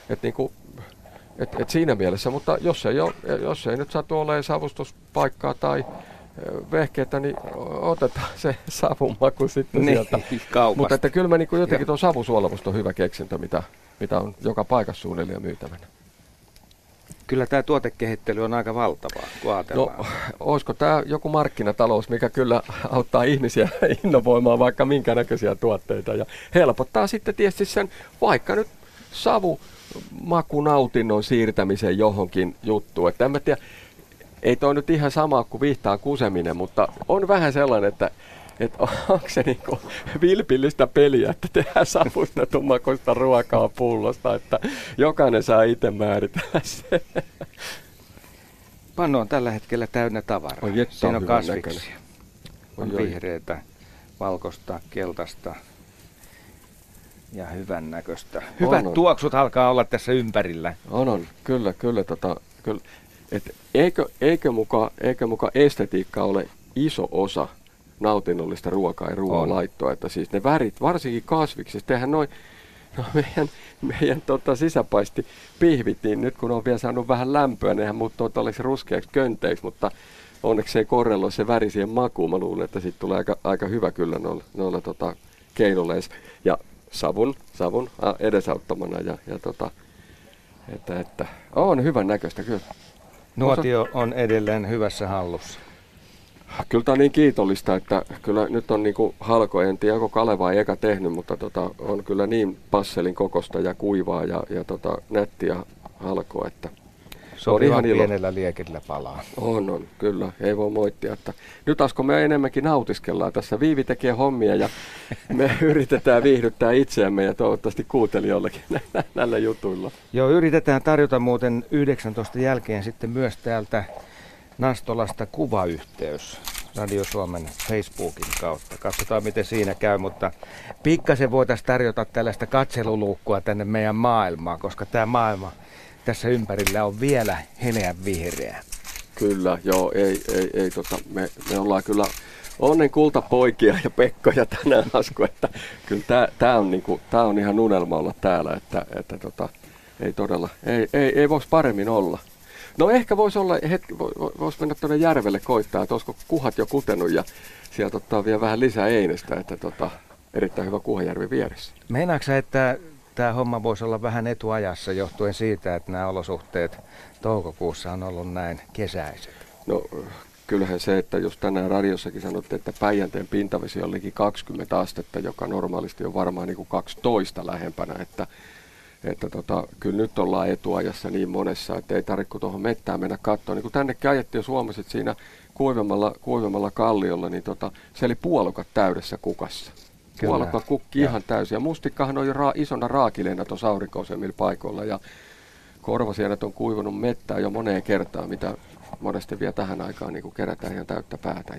siinä mielessä, mutta jos ei nyt satu olemaan savustuspaikkaa tai vehkeitä, niin otetaan se savun maku sitten sieltä. Mutta että kyllä mä niin jotenkin tuon savusuolamusta on hyvä keksintö, mitä on joka paikassa suunnilleen myytävänä. Kyllä tämä tuotekehittely on aika valtavaa, kun ajatellaan. No, olisiko tämä joku markkinatalous, mikä kyllä auttaa ihmisiä innovoimaan vaikka minkä näköisiä tuotteita ja helpottaa sitten tietysti sen vaikka nyt savumakunautinnon siirtämisen johonkin juttuun. Että en mä tiedä, ei toi nyt ihan sama kuin vihtaan kuseminen, mutta on vähän sellainen, että onko se niinku vilpillistä peliä, että tehdään savustetun makuista ruokaa pullosta, että jokainen saa itse määritellä se. Pannu on tällä hetkellä täynnä tavaraa. Siinä on kasviksia. On vihreätä, valkoista, keltaista ja hyvän näköistä. Hyvät tuoksut alkaa olla tässä ympärillä. On. Kyllä. Eikö muka estetiikka ole iso osa nautinnollista ruokaa ja ruoanlaittoa, että siis ne värit, varsinkin kasviksista, tehdään meidän sisäpaisti pihvittiin nyt, kun on vielä saanut vähän lämpöä, nehän muuttuu tällaisiksi ruskeaksi könteiksi, mutta onneksi ei korreloi se väri siihen makuun. Mä luulen, että siitä tulee aika hyvä kyllä noilla keinoilla ja savun edesauttamana että on hyvän näköistä kyllä. Nuotio on edelleen hyvässä hallussa. Kyllä tämä on niin kiitollista, että kyllä nyt on niinku halko, en tiedä onko Kaleva eka tehnyt, mutta on kyllä niin passelin kokosta ja kuivaa ja nättiä halkoa, että sopii ihan pienellä liekillä palaa. On, kyllä, ei voi moittia. Että nyt Asko me enemmänkin nautiskellaan tässä. Viivi tekee hommia ja me yritetään viihdyttää itseämme ja toivottavasti kuuntelijoillekin näillä jutuilla. Joo, yritetään tarjota muuten 19 jälkeen sitten myös täältä Nastolasta kuvayhteys Radio Suomen Facebookin kautta. Katsotaan miten siinä käy, mutta pikkasen voitaisiin tarjota tällaista katseluluukkua tänne meidän maailmaan, koska tämä maailma tässä ympärillä on vielä heleän vihreä. Kyllä, joo, me ollaan kyllä onnen kultapoikia ja Pekkoja tänään, Asko, että kyllä tää on ihan unelma olla täällä, että ei todella, ei voisi paremmin olla. No ehkä voisi olla, voisi mennä tuonne järvelle koittaa, että olisiko kuhat jo kutenut ja sieltä ottaa vielä vähän lisää einestä, että erittäin hyvä Kuhajärvi vieressä. Meinaatko että tämä homma voisi olla vähän etuajassa johtuen siitä, että nämä olosuhteet toukokuussa on ollut näin kesäiset? No kyllähän se, että jos tänään radiossakin sanottiin, että Päijänteen pintavesi on liki 20 astetta, joka normaalisti on varmaan niin kuin 12 lähempänä, että kyllä nyt ollaan etuajassa niin monessa, että ei tarvitse tuohon mettään mennä katsoa. Niin kun tännekin ajettiin, jos huomasit siinä kuivemmalla kalliolla, niin se oli puolukat täydessä kukassa. Puolukka kukki ihan täysin. Ja mustikkahan on jo isona raakileena tuossa aurinkoisemmilla paikoilla. Ja korvasienet on kuivunut mettää jo moneen kertaan, mitä monesti vielä tähän aikaan niin kerätään ihan täyttä päätä.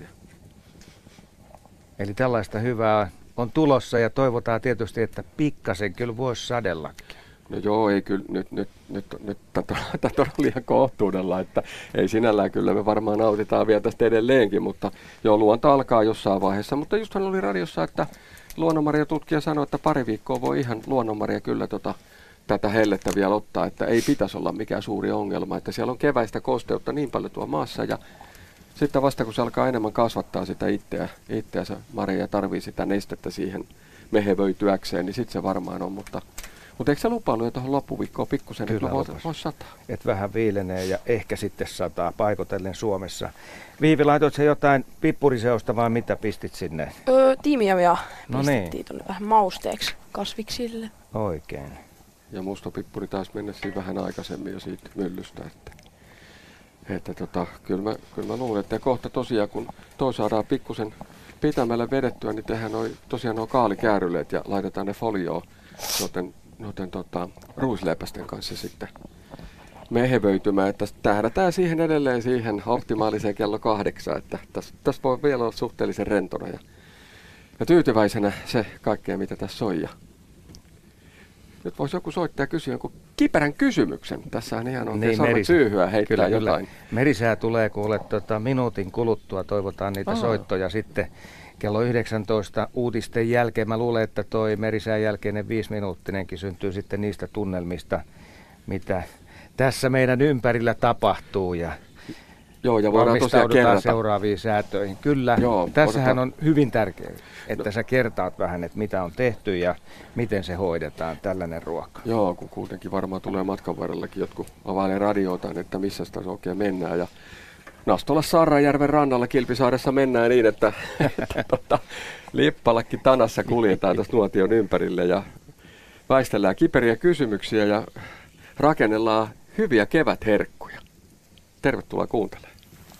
Eli tällaista hyvää on tulossa ja toivotaan tietysti, että pikkasen kyllä voisi sadellakin. No joo, ei kyllä, nyt tätä on liian kohtuudella, että ei sinällään kyllä me varmaan nautitaan vielä tästä edelleenkin, mutta joo, luonto alkaa jossain vaiheessa. Mutta justhan oli radiossa, että luonnonmarjatutkija sanoi, että pari viikkoa voi ihan luonnonmarja kyllä tätä hellettä vielä ottaa, että ei pitäisi olla mikään suuri ongelma, että siellä on keväistä kosteutta niin paljon tuo maassa ja sitten vasta kun se alkaa enemmän kasvattaa sitä itseänsä, Maria tarvii sitä nestettä siihen mehevöityäkseen, niin sitten se varmaan on, mutta eikö se lupailu jo tuohon loppuviikkoon pikkusen, että voisi sataa? Että vähän viilenee ja ehkä sitten sataa paikotellen Suomessa. Viivi, laitoit sä jotain pippuriseosta vai mitä pistit sinne? Tiimiamia pistettiin niin. tuonne vähän mausteeksi kasviksille. Oikein. Ja musta pippuri taisi mennä siinä vähän aikaisemmin jo siitä myllystä, että kyllä mä luulen, että kohta tosiaan kun toi saadaan pikkusen pitämällä vedettyä, niin tehdään tosiaan nuo kaalikääryleet ja laitetaan ne folioon noiden ruisleipästen kanssa sitten mehevöitymään, että tähdätään siihen edelleen siihen optimaaliseen kello 8, että tässä voi vielä olla suhteellisen rentona ja tyytyväisenä se kaikkea, mitä tässä on. Ja nyt voisi joku soittaa ja kysyä jonkun kiperän kysymyksen. Tässähän ihan on sormet syyhyä heittää jotain. Merisää tulee kuule minuutin kuluttua, toivotaan niitä soittoja sitten kello 19 uutisten jälkeen. Mä luulen, että toi merisään jälkeinen 5-minuuttinenkin syntyy sitten niistä tunnelmista, mitä tässä meidän ympärillä tapahtuu ja voidaan tosiaan kerrata seuraaviin säätöihin. Kyllä, tässähän on hyvin tärkeää, että sä kertaat vähän, että mitä on tehty ja miten se hoidetaan, tällainen ruoka. Joo, kun kuitenkin varmaan tulee matkan varrellakin jotkut availee radioitaan, että missä sitä oikein mennään. Ja Nastolassa Arrajärven rannalla Kilpisaaressa mennään niin, että lippalakki tanassa kuljetaan tässä nuotion ympärille ja väistellään kiperiä kysymyksiä ja rakennellaan hyviä kevätherkkuja. Tervetuloa kuuntelemaan.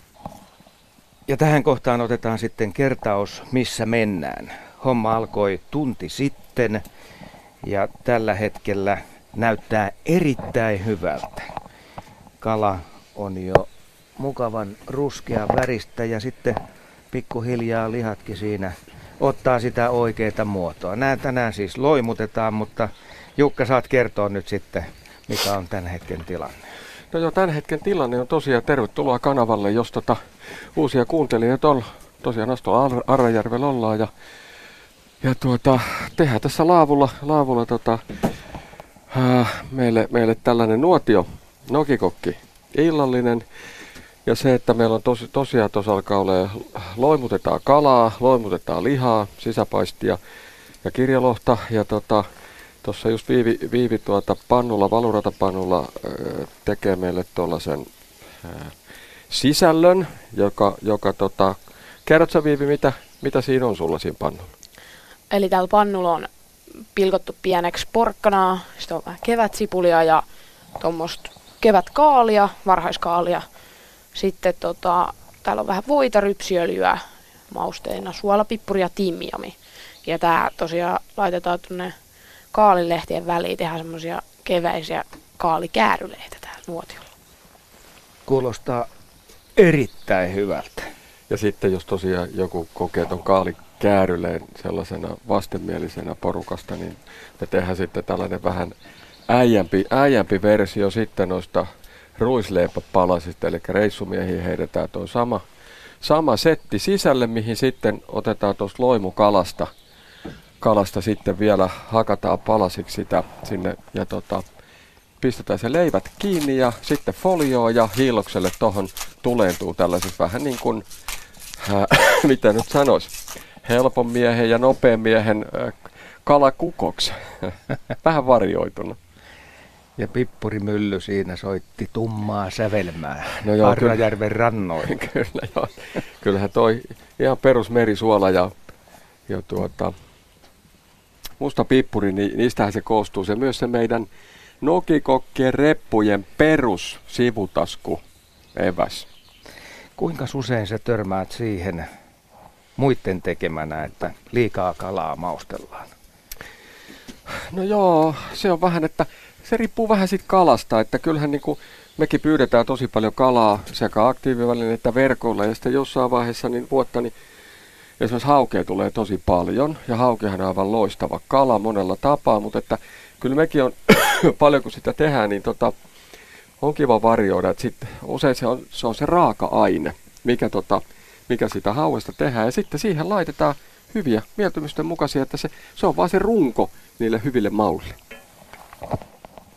Ja tähän kohtaan otetaan sitten kertaus, missä mennään. Homma alkoi tunti sitten ja tällä hetkellä näyttää erittäin hyvältä. Kala on jo mukavan ruskean väristä ja sitten pikkuhiljaa lihatkin siinä ottaa sitä oikeaa muotoa. Nämä tänään siis loimutetaan, mutta Jukka, saat kertoa nyt sitten, mikä on tämän hetken tilanne. No joo, tämän hetken tilanne on tosiaan tervetuloa kanavalle, jos uusia kuuntelijoita on. Tosiaan Nastola Arrajärvellä ollaan ja tehdään tässä laavulla meille tällainen nuotio, nokikokki, illallinen. Ja se, että meillä on tosiaan tuossa alkaa olemaan, loimutetaan kalaa, loimutetaan lihaa, sisäpaistia ja kirjalohta. Ja tuossa just Viivi valuratapannulla tekee meille tuollaisen sisällön, joka kerrot sä Viivi, mitä siinä on sulla siinä pannulla? Eli täällä pannulla on pilkottu pieneksi porkkanaa, sitten on vähän kevätsipulia ja tuommoista kevätkaalia, varhaiskaalia. Sitten täällä on vähän voita, rypsiöljyä, mausteina suolapippuri ja timjami. Ja tää tosiaan laitetaan tuonne kaalilehtien väliin, tehdään semmosia keväisiä kaalikääryleitä täällä nuotiolla. Kuulostaa erittäin hyvältä. Ja sitten jos tosiaan joku kokee ton kaalikääryleen sellaisena vastenmielisenä porukasta, niin me tehdään sitten tällainen vähän äijämpi versio sitten noista ruisleipäpalasista, eli reissumiehiin heitetään tuo sama setti sisälle, mihin sitten otetaan tuosta loimukalasta sitten vielä hakataan palasiksi sitä sinne ja pistetään se leivät kiinni ja sitten folioon ja hiilokselle tuohon tuleentuu tällaiset vähän niin kuin, mitä nyt sanoisi, helpon miehen ja nopean miehen kalakukoksi, vähän varjoituna. Ja pippurimylly siinä soitti tummaa sävelmää Arrajärven rannoilla. Kyllä, joo. Kyllähän toi ihan perus merisuola ja musta pippuri, niin niistähän se koostuu. Se myös se meidän nokikokkien reppujen perus sivutasku eväs. Kuinka usein sä törmäät siihen muiden tekemänä, että liikaa kalaa maustellaan? No joo, se on vähän, että se riippuu vähän siitä kalasta, että kyllähän niin kuin mekin pyydetään tosi paljon kalaa sekä aktiivivälillä että verkolla ja sitten jossain vaiheessa niin vuotta niin esimerkiksi haukea tulee tosi paljon ja haukehan on aivan loistava kala monella tapaa, mutta että kyllä mekin on paljon kun sitä tehdään, niin on kiva varjoida, että sitten usein se on se raaka-aine, mikä sitä hauesta tehdään ja sitten siihen laitetaan hyviä mieltymysten mukaisia, että se on vaan se runko niille hyville mauille.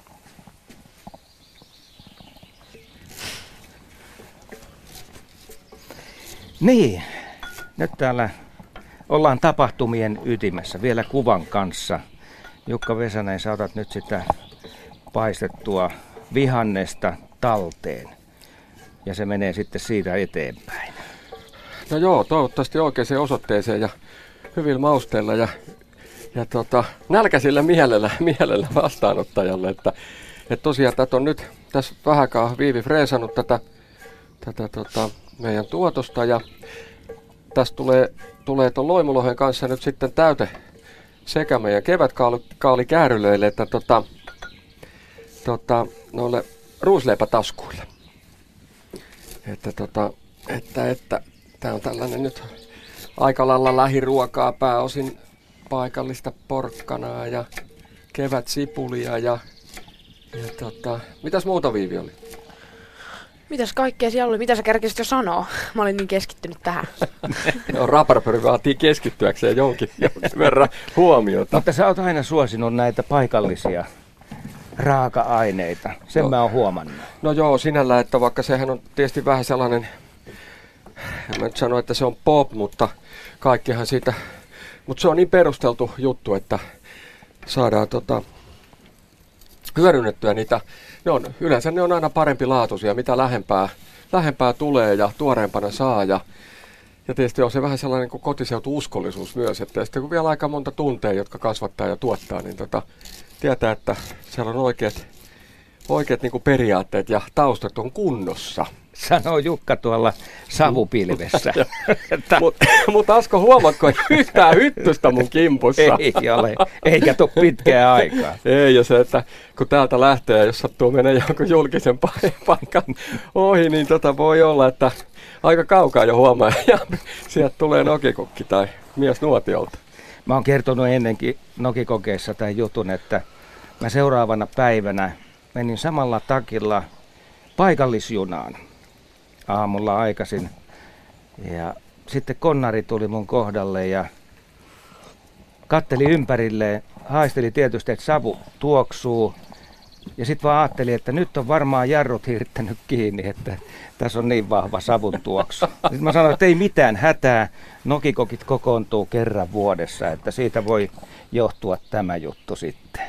Niin, nyt täällä ollaan tapahtumien ytimessä vielä kuvan kanssa. Jukka Vesanen, sä otat nyt sitä paistettua vihannesta talteen ja se menee sitten siitä eteenpäin. No joo, toivottavasti oikeaan osoitteeseen ja hyvillä mausteilla ja nälkäisillä mielellä vastaanottajalle. Että tosiaan tätä on nyt tässä vähäkaan Viivi freesannut tätä meidän tuotosta ja tästä tulee tuon loimulohen kanssa nyt sitten täyte sekä meidän kevätkaalikäärylöille että noille ruisleipätaskuille. Että tää on tällainen nyt aika lailla lähiruokaa, pääosin paikallista porkkanaa ja kevätsipulia ja mitäs muuta Viivi oli? Mitäs kaikkea siellä oli? Mitä sä kerkisit jo sanoa? Mä olin niin keskittynyt tähän. No, raparpöri vaatii keskittyäkseen jonkin verran huomiota. Mutta sä oot aina suosinut näitä paikallisia raaka-aineita. Sen mä oon huomannut. No joo, sinällä, että vaikka sehän on tietysti vähän sellainen, en mä nyt sano, että se on pop, mutta kaikkihan siitä, mutta se on niin perusteltu juttu, että saadaan hyödynnettyä niitä. Yleensä ne on aina parempi laatuisia, mitä lähempää tulee ja tuoreempana saa. Ja tietysti on se vähän sellainen kuin kotiseutu-uskollisuus myös, että sitten kun vielä aika monta tunteja, jotka kasvattaa ja tuottaa, niin tietää, että siellä on oikeat niin kuin periaatteet ja taustat on kunnossa. Sanoo Jukka tuolla savupilvessä. Mutta Asko, huomaatko yhtään hyttystä mun kimpussa? Ei ole, eikä tule pitkään aikaa. Ei, ja se, että kun täältä lähtee ja jos sattuu menee jonkun julkisen paikan ohi, niin voi olla, että aika kaukaa jo huomaa ja sieltä tulee nokikokki tai mies nuotiolta. Mä oon kertonut ennenkin nokikokeissa tämän jutun, että mä seuraavana päivänä menin samalla takilla paikallisjunaan aamulla aikaisin. Ja sitten konnari tuli mun kohdalle ja katteli ympärilleen, haisteli tietysti, että savu tuoksuu. Ja sitten vaan ajattelin, että nyt on varmaan jarrut hirttänyt kiinni, että tässä on niin vahva savun tuoksu. Sitten mä sanoin, että ei mitään hätää, nokikokit kokoontuu kerran vuodessa, että siitä voi johtua tämä juttu sitten.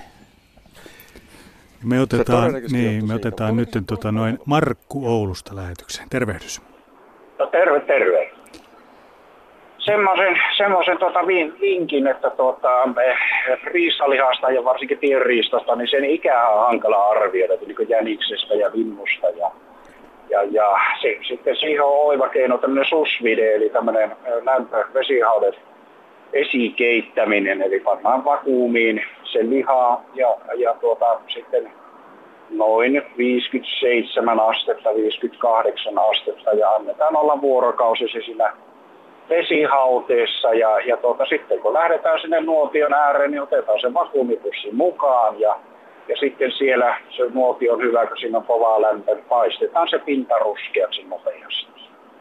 Me otetaan nyt Markku Oulusta lähetykseen. Tervehdys. No terve. Semmoisen vinkin, että riistalihasta ja varsinkin pienriistasta, niin sen ikää on hankala arvioida, niin kuin jäniksestä ja linnusta. Ja sitten siihen on oiva keino tämmöinen susvide, eli tämmöinen vesihaudet esikeittäminen, eli pannaan vakuumiin se liha ja sitten noin 57 astetta, 58 astetta ja annetaan olla vuorokausi siinä vesihauteessa ja sitten kun lähdetään sinne nuotion ääreen, niin otetaan se vakuumipussi mukaan ja sitten siellä se nuotio on hyvä, kun siinä on kovaa lämpöä, paistetaan se pinta ruskeaksi nopeasti.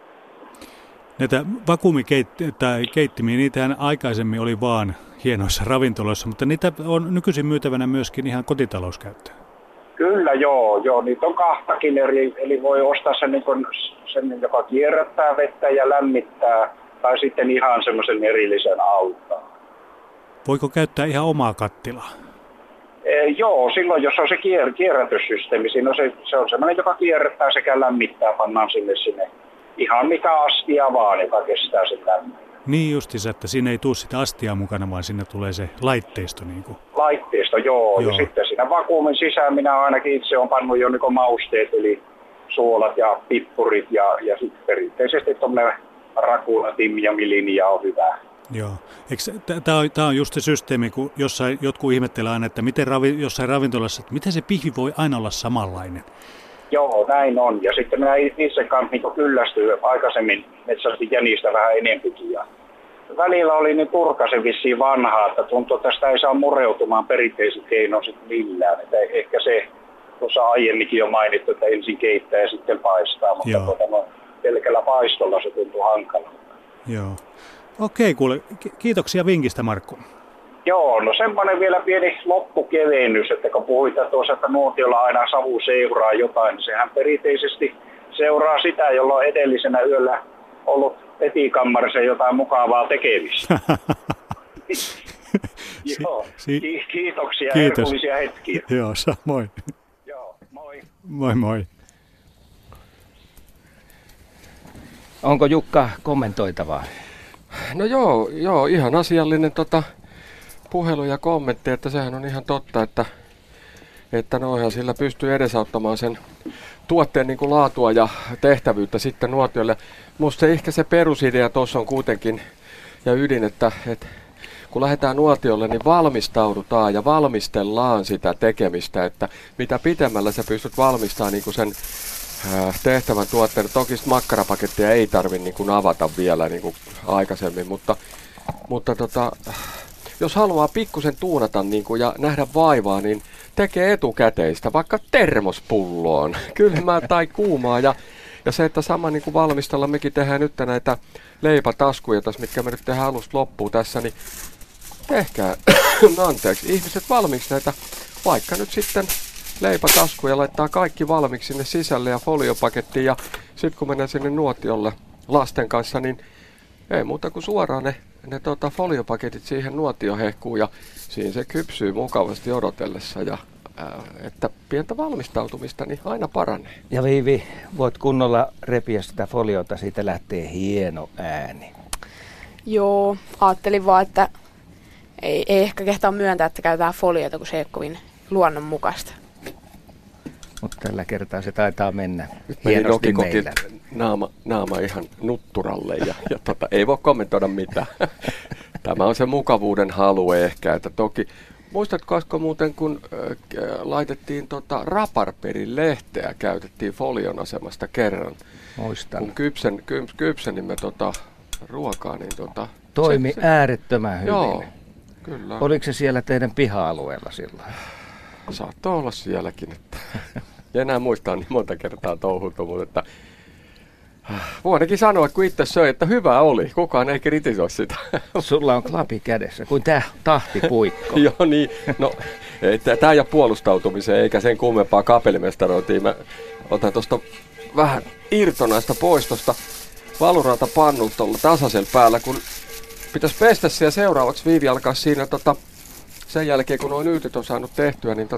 Näitä vakuumikeittimiä, niitähän aikaisemmin oli vaan hienoissa ravintoloissa, mutta niitä on nykyisin myytävänä myöskin ihan kotitalouskäyttöön. Kyllä joo, niitä on kahtakin eli voi ostaa sen joka kierrättää vettä ja lämmittää, tai sitten ihan semmoisen erillisen altaan. Voiko käyttää ihan omaa kattilaa? Joo, silloin jos on se kierrätyssysteemi, siinä on se on semmoinen, joka kierrättää sekä lämmittää, pannaan sinne ihan mikä astia vaan, joka kestää sen lämmön. Niin justiinsa, että siinä ei tule sitä astiaa mukana, vaan sinne tulee se laitteisto. Niin kuin. Laitteisto, joo. Ja sitten siinä vakuumin sisään minä ainakin itse olen pannut jo niin mausteet, eli suolat ja pippurit ja sitten perinteisesti tuommoinen rakuna, timjami linja on hyvä. Joo. Tämä on just se systeemi, kun jotkut ihmettelevät aina, että miten jossain ravintolassa, että miten se pihvi voi aina olla samanlainen. Joo, näin on. Ja sitten minä itse kanssa niin kyllästyin aikaisemmin metsästin jänistä vähän enempikin. Ja välillä oli niin turkasen vissiin vanhaa, että tuntuu, että tästä ei saa mureutumaan perinteisin keinoin sitten millään. Että ehkä se tuossa aiemminkin jo mainittu, että ensin keittää ja sitten paistaa, mutta pelkällä paistolla se tuntuu hankalalta. Joo. Okei, kuule. Kiitoksia vinkistä, Markku. Joo, no semmoinen vielä pieni loppukevennys, että kun puhuit tuossa, että nuotiolla aina savu seuraa jotain, niin sehän perinteisesti seuraa sitä, jolla on edellisenä yöllä ollut Petikammarisen jotain mukavaa tekemistä. Joo, kiitoksia, herkullisia hetkiä. Joo, samoin. Joo, moi. Moi moi. Onko Jukka kommentoitavaa? No joo, ihan asiallinen puhelu ja kommentti, että sehän on ihan totta, että noihan sillä pystyy edesauttamaan sen tuotteen niin kuin laatua ja tehtävyyttä sitten nuotiolle. Musta ehkä se perusidea tuossa on kuitenkin ja ydin, että kun lähdetään nuotiolle, niin valmistaudutaan ja valmistellaan sitä tekemistä, että mitä pitemmällä sä pystyt valmistamaan niin kuin sen tehtävän tuotteen. Toki makkarapakettia ei tarvitse niin kuin avata vielä niin kuin aikaisemmin, mutta jos haluaa pikkusen tuunata niin kuin, ja nähdä vaivaa, niin tekee etukäteistä, vaikka termospulloon, kylmää tai kuumaa. Ja se, että sama niin kuin valmistella, mekin tehdään nyt näitä leipätaskuja tässä, mitkä me nyt tehdään alusta loppuun tässä, niin tehkää, anteeksi, ihmiset valmiiksi näitä, vaikka nyt sitten leipätaskuja, laittaa kaikki valmiiksi sinne sisälle ja foliopakettiin, ja sitten kun mennään sinne nuotiolle lasten kanssa, niin ei muuta kuin suoraan ne foliopaketit siihen nuotiohehkuun, ja siinä se kypsyy mukavasti odotellessa, ja että pientä valmistautumista niin aina paranee. Ja Viivi, voit kunnolla repiä sitä foliota, siitä lähtee hieno ääni. Joo, ajattelin vaan, että ei ehkä kehtaa myöntää, että käytetään foliota, kun se ei ole kovin luonnonmukaista. Mutta tällä kertaa se taitaa mennä nyt meni hienosti meillä. Naama ihan nutturalle ja ei voi kommentoida mitään. Tämä on se mukavuuden halu ehkä, että toki. Muistatko muuten, kun laitettiin Raparperin lehteä, käytettiin folion asemasta kerran? Muistan. Kun kypsenimme ruokaa, niin toimi äärettömän hyvin. Joo, kyllä. Oliko se siellä teidän piha-alueella silloin? Saattoi olla sielläkin, että ja enää muistaa niin monta kertaa touhuttu, mutta voin ainakin sanoa, kun itse söi, että hyvä oli. Kukaan ei kritisoi sitä. Sulla on klapi kädessä, kuin tahtipuikko. Joo niin, no tämä ei ole puolustautumiseen eikä sen kummempaa kapelimestarointiin. Mä otan tuosta vähän irtonaista pois tuosta valurata pannulta tuolla tasaisella päällä, kun pitäisi pestä siellä seuraavaksi. Viivi alkaa siinä sen jälkeen, kun noin yytit on saanut tehtyä, niin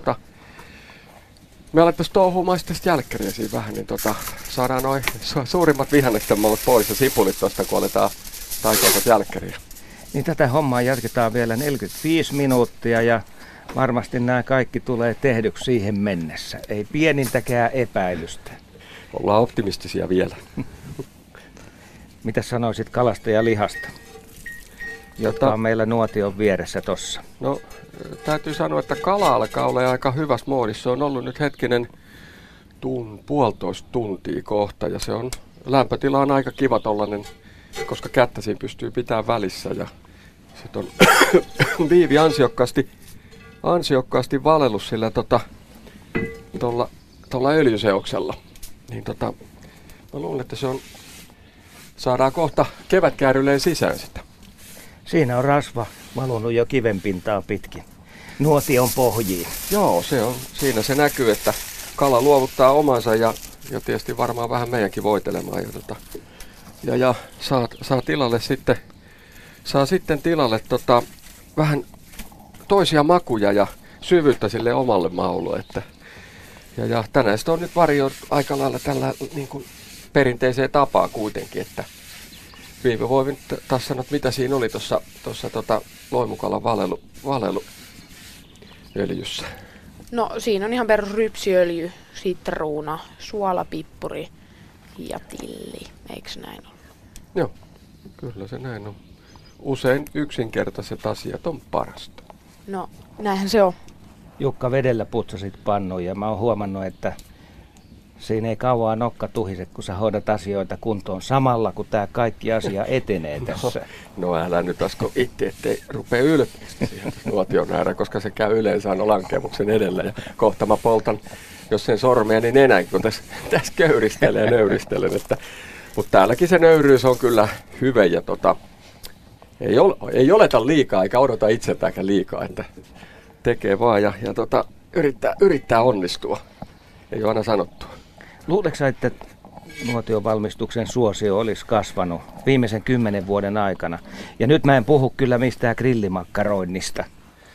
me alettaisiin touhumaan sitten jälkkäriä siinä vähän, niin saadaan noin suurimmat vihanneksen mallut pois ja sipulit tuosta, kun aletaan taikoa jälkkäriä. Niin tätä hommaa jatketaan vielä 45 minuuttia ja varmasti nämä kaikki tulee tehdyksi siihen mennessä. Ei pienintäkään epäilystä. Ollaan optimistisia vielä. Mitä sanoisit kalasta ja lihasta, jotka on meillä nuotion vieressä tossa? No, täytyy sanoa, että kala alkaa olla aika hyvässä muodissa. Se on ollut nyt hetkinen puolitoista tuntia kohta ja se on lämpötila on aika kiva tollanen, koska kättä siinä pystyy pitämään välissä. Ja sitten on Viivi ansiokkaasti valellut sillä tuolla öljyseoksella. Niin mä luulen, että saadaan kohta kevätkääryleen sisään sitä. Siinä on rasva valunut jo kivenpintaa pitkin. Nuotion pohjiin. Joo, siinä se näkyy, että kala luovuttaa omansa ja tietysti varmaan vähän meidänkin voitelemaan. Ja saa tilalle sitten tilalle vähän toisia makuja ja syvyyttä sille omalle maulle. Ja tänään sitä on nyt varjoitu aika lailla tällä niin kuin perinteiseen tapaan kuitenkin, että Viivi voi nyt taas sanoa, mitä siinä oli tuossa loimukalan valelu-öljyssä. No siinä on ihan perus rypsiöljy, sitruuna, suolapippuri ja tilli. Eikö näin ollut? Joo, kyllä se näin on. Usein yksinkertaiset asiat on parasta. No, näinhän se on. Jukka, vedellä putsasit pannuun ja mä oon huomannut, että siinä ei kauaa nokka tuhise, kun sä hoidat asioita kuntoon samalla, kun tää kaikki asia etenee tässä. No älä nyt asko itse, ettei rupea ylpeästi siihen nuotion äärä, koska se käy yleensä aina lankemuksen edellä. Ja kohta mä poltan, jos sen sormea, niin enää, kun tässä köyristelen ja nöyristelen. Mutta täälläkin se nöyryys on kyllä hyvä ja ei oleta liikaa eikä odota itseltäänkään liikaa, että tekee vaan ja yrittää onnistua. Ei ole aina sanottua. Luuletko sä, että nuotiovalmistuksen suosio olisi kasvanut viimeisen 10 vuoden aikana. Ja nyt mä en puhu kyllä mistään grillimakkaroinnista.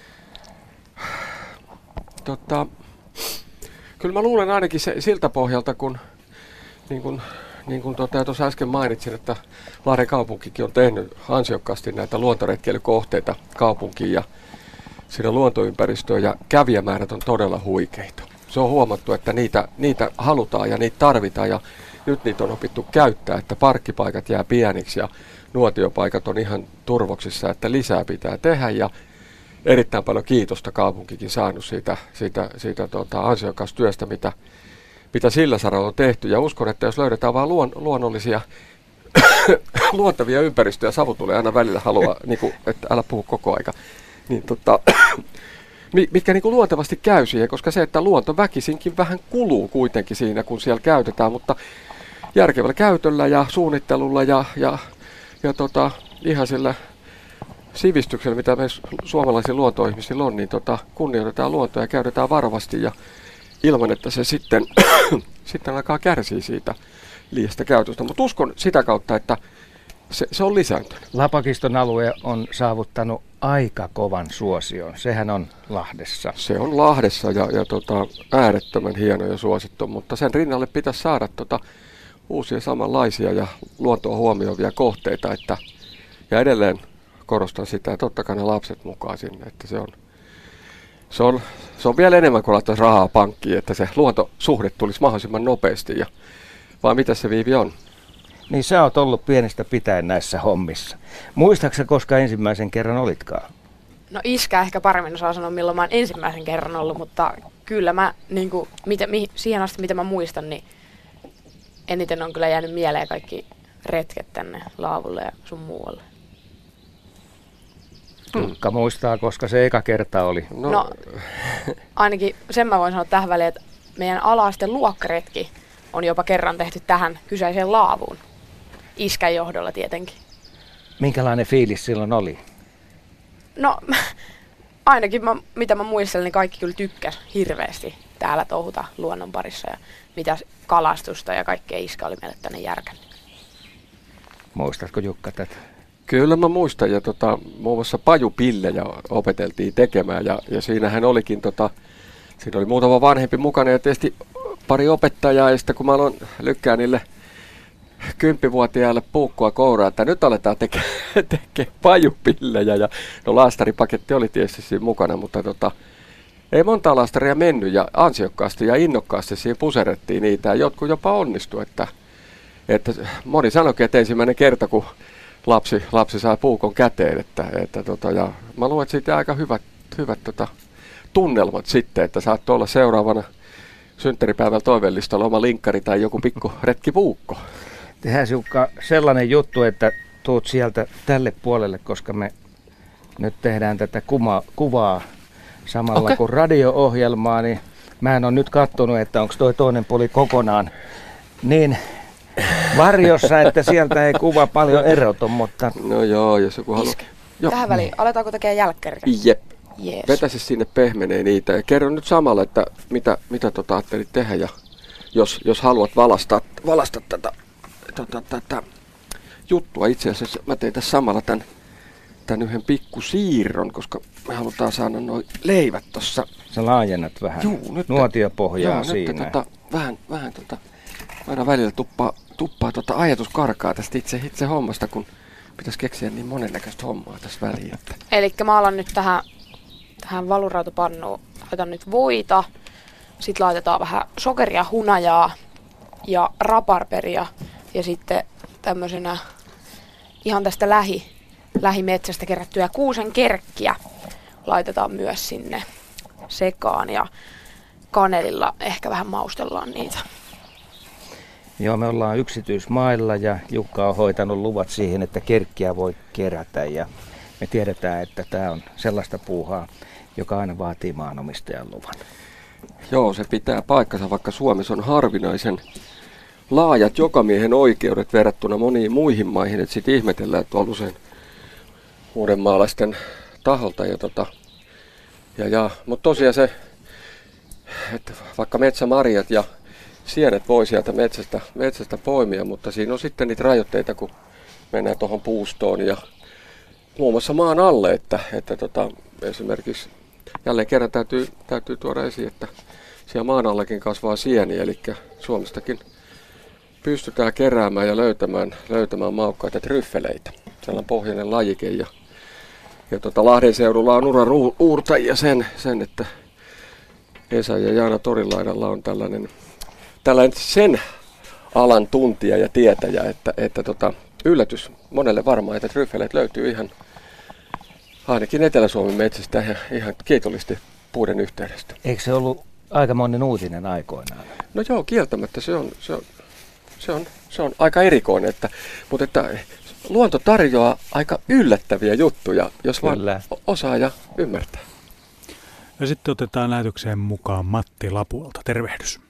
Kyllä mä luulen ainakin siltä pohjalta, kun niin kuin tuossa äsken mainitsin, että Lahden kaupunkikin on tehnyt ansiokkaasti näitä luontoretkeilykohteita kaupunkiin ja siinä luontoympäristöön, ja kävijämäärät on todella huikeita. Se on huomattu, että niitä halutaan ja niitä tarvitaan, ja nyt niitä on opittu käyttää, että parkkipaikat jää pieniksi ja nuotiopaikat on ihan turvoksissa, että lisää pitää tehdä, ja erittäin paljon kiitosta kaupunkikin saanut siitä ansiokkaasta työstä, mitä sillä saralla on tehty. Ja uskon, että jos löydetään vain luonnollisia luontavia ympäristöjä, Savu tulee aina välillä haluaa, niin kuin, että älä puhu koko aika, niin mitkä niin kuin luontevasti käy siihen, koska se, että luonto väkisinkin vähän kuluu kuitenkin siinä, kun siellä käytetään, mutta järkevällä käytöllä ja suunnittelulla ja ihan sillä sivistyksellä, mitä me suomalaisilla luontoihmisillä on, niin kunnioitetaan luontoa ja käytetään varovasti ja ilman, että se sitten alkaa kärsiä siitä liiasta käytöstä. Mutta uskon sitä kautta, että se on lisääntynyt. Lapakiston alue on saavuttanut aika kovan suosion. Sehän on Lahdessa. Se on Lahdessa ja äärettömän hieno ja suosittu, mutta sen rinnalle pitäisi saada uusia samanlaisia ja luontoa huomioivia kohteita. Ja edelleen korostan sitä, että totta kai ne lapset mukaan sinne, että se on vielä enemmän kuin laittaisi rahaa pankkiin, että se luontosuhde tulisi mahdollisimman nopeasti. Vai mitä se, Viivi, on? Niin sä oot ollut pienestä pitäen näissä hommissa. Muistaaksä, koska ensimmäisen kerran olitkaan? No iskä ehkä paremmin osaa sanoa, milloin mä oon ensimmäisen kerran ollut, mutta kyllä mä siihen asti, mitä mä muistan, niin eniten on kyllä jäänyt mieleen kaikki retket tänne Laavulle ja sun muualle. Jukka muistaa, koska se eka kerta oli. No ainakin sen mä voin sanoa tähän väliin, että meidän ala-asteen luokkaretki on jopa kerran tehty tähän kyseiseen Laavuun. Iskän johdolla tietenkin. Minkälainen fiilis silloin oli? No ainakin mitä mä muistelen, niin kaikki kyllä tykkäs hirveästi täällä touhuta luonnon parissa ja mitä kalastusta ja kaikkea iskä oli meille tänne järkännyt. Muistatko, Jukka, tätä? Kyllä mä muistan, ja muun muassa pajupillejä opeteltiin tekemään, ja siinähän olikin, siinä oli muutama vanhempi mukana, ja tietysti pari opettajaa, ja sitten kun mä aloin lykkää niille 10-vuotiaille puukkua kouraa, että nyt aletaan tekemään pajupillejä, ja no laastaripaketti oli tietysti siinä mukana, mutta ei monta laastaria mennyt, ja ansiokkaasti ja innokkaasti siinä puserettiin niitä, ja jotkut jopa onnistui, että moni sanoikin, että ensimmäinen kerta, kun lapsi sai puukon käteen, ja mä luulen, että siitä aika hyvät tunnelmat sitten, että saattoi olla seuraavana synttäripäivällä toivellistalla oma linkkari tai joku pikku retkipuukko. Tehdään, Jukka, sellainen juttu, että tuut sieltä tälle puolelle, koska me nyt tehdään tätä kuvaa samalla kuin radio-ohjelmaa, niin mä en ole nyt katsonut, että onko toi toinen puoli kokonaan niin varjossa, että sieltä ei kuva paljon erotu, mutta... No joo, jos joku haluaa... Tähän väliin, aletaanko tekemään jälkkäriä? Jep. Yes. Vetäisi sinne pehmenee niitä ja kerro nyt samalla, että mitä ajattelit tehdä, ja jos haluat valastaa tätä juttua. Itse asiassa mä tein tässä samalla tämän yhden pikkusiirron, koska me halutaan saada nuo leivät tossa. Sä laajennat vähän nuotiopohjaa siinä. Vähän aina välillä tuppaa ajatus karkaa tästä itse hommasta, kun pitäisi keksiä niin monennäköistä hommaa tässä väliin. Elikkä mä alan nyt tähän valurautapannuun, laitan nyt voita, sitten laitetaan vähän sokeria, hunajaa ja raparperia ja sitten tämmöisenä ihan tästä lähimetsästä kerättyä kuusen kerkkiä laitetaan myös sinne sekaan ja kanelilla ehkä vähän maustellaan niitä. Joo, me ollaan yksityismailla ja Jukka on hoitanut luvat siihen, että kerkkiä voi kerätä ja me tiedetään, että tämä on sellaista puuhaa, joka aina vaatii maanomistajan luvan. Joo, se pitää paikkansa, vaikka Suomessa on harvinaisen laajat jokamiehen oikeudet verrattuna moniin muihin maihin, että sitten ihmetellään, että on usein uudenmaalaisten taholta. Mutta tosiaan se, että vaikka metsämarjat ja sienet voi sieltä metsästä poimia, mutta siinä on sitten niitä rajoitteita, kun mennään tuohon puustoon ja muun muassa maan alle, että esimerkiksi jälleen kerran täytyy tuoda esiin, että siellä maan allakin kasvaa sieniä, eli Suomestakin pystytään keräämään ja löytämään maukkaita tryffeleitä. Sellainen pohjainen lajike ja Lahden seudulla on uranuurtajia sen, että Esa ja Jaana Torinlaidalla on tällainen sen alan tuntija ja tietäjä, että yllätys monelle varmaan, että tryffeleitä löytyy ihan ainakin Etelä-Suomen metsistä ja ihan kiitollisesti puuden yhteydestä. Eikö se ollut aikamoinen uutinen aikoinaan? No joo, kieltämättä se on aika erikoinen, mutta luonto tarjoaa aika yllättäviä juttuja, jos vaan osaa ja ymmärtää. Ja sitten otetaan lähetykseen mukaan Matti Lapualta. Tervehdys.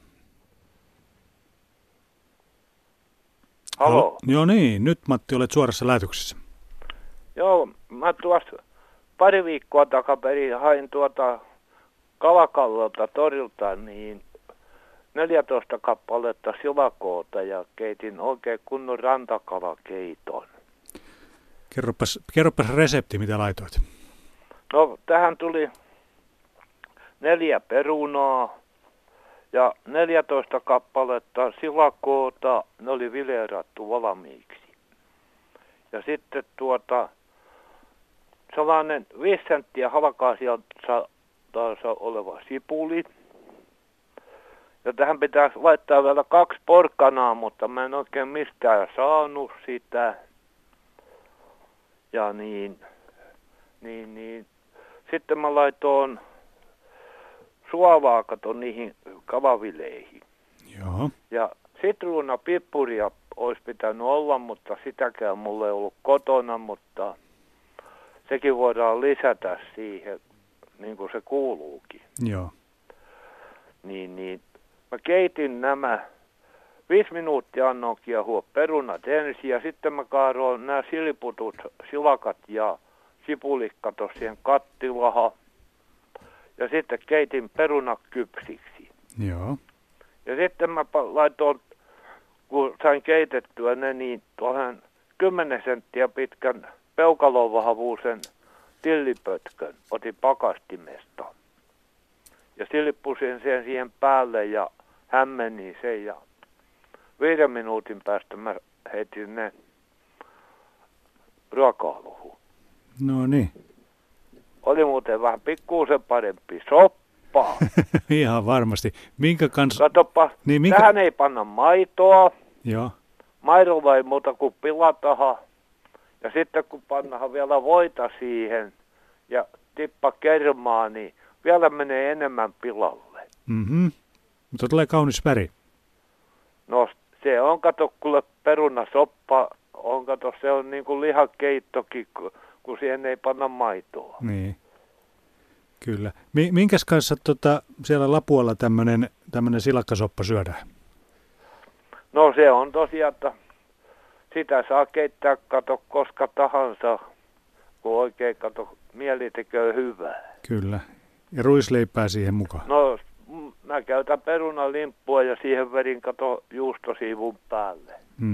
Halo. Joo niin, nyt Matti olet suorassa lähetyksessä. Joo, mä tuossa pari viikkoa takaperin hain Kalakallolta torilta niin 14 kappaletta silakoota ja keitin oikein kunnon rantakalakeiton. Kerropas resepti, mitä laitoit. No, tähän tuli 4 perunaa ja 14 kappaletta silakoota, ne oli vileerattu valmiiksi. Ja sitten sellainen 5 senttiä halkaisijalta oleva sipuli. Ja tähän pitäisi laittaa vielä 2 porkkanaa, mutta mä en oikein mistään saanut sitä. Ja niin. Sitten mä laitoin suovaa niihin kalavileihin. Joo. Ja sitruunapippuria olisi pitänyt olla, mutta sitäkään mulla ei ollut kotona, mutta sekin voidaan lisätä siihen, niin kuin se kuuluukin. Joo. Niin. Mä keitin nämä 5 minuuttia annoin kiehua perunat ensin ja sitten mä kaaroin nämä silputut silakat ja sipulikka siihen kattilahan. Ja sitten keitin perunat kypsiksi. Joo. Ja sitten mä laitoin, kun sain keitettyä ne, niin tuohon 10 senttiä pitkän peukalonvahvuisen tillipötkön otin pakastimesta. Ja silppusin sen siihen päälle ja hämmennin sen ja 5 minuutin päästä mä heitin ne ruokailuun. No niin. Oli muuten vähän pikkuisen parempi soppa. Ihan varmasti. Minkä kanssa? Katsopa, niin, tähän ei panna maitoa. Joo. Maidolla ei muuta kuin pilataha. Ja sitten kun pannahan vielä voita siihen ja tippa kermaa, niin vielä menee enemmän pilalle. Mhm. Mutta tulee kaunis väri. No se on, kato, kuule perunasoppa, se on niin kuin lihakeittokin, kun siihen ei panna maitoa. Niin. Kyllä. Minkäs kanssa siellä Lapualla tämmöinen silakkasoppa syödään? No se on tosiaan, että sitä saa keittää, kato, koska tahansa, kun oikein, kato, mieli tekee hyvää. Kyllä. Ja ruisleipää siihen mukaan? No, mä käytän perunalimppua ja siihen vedin, kato, juustosiivun päälle.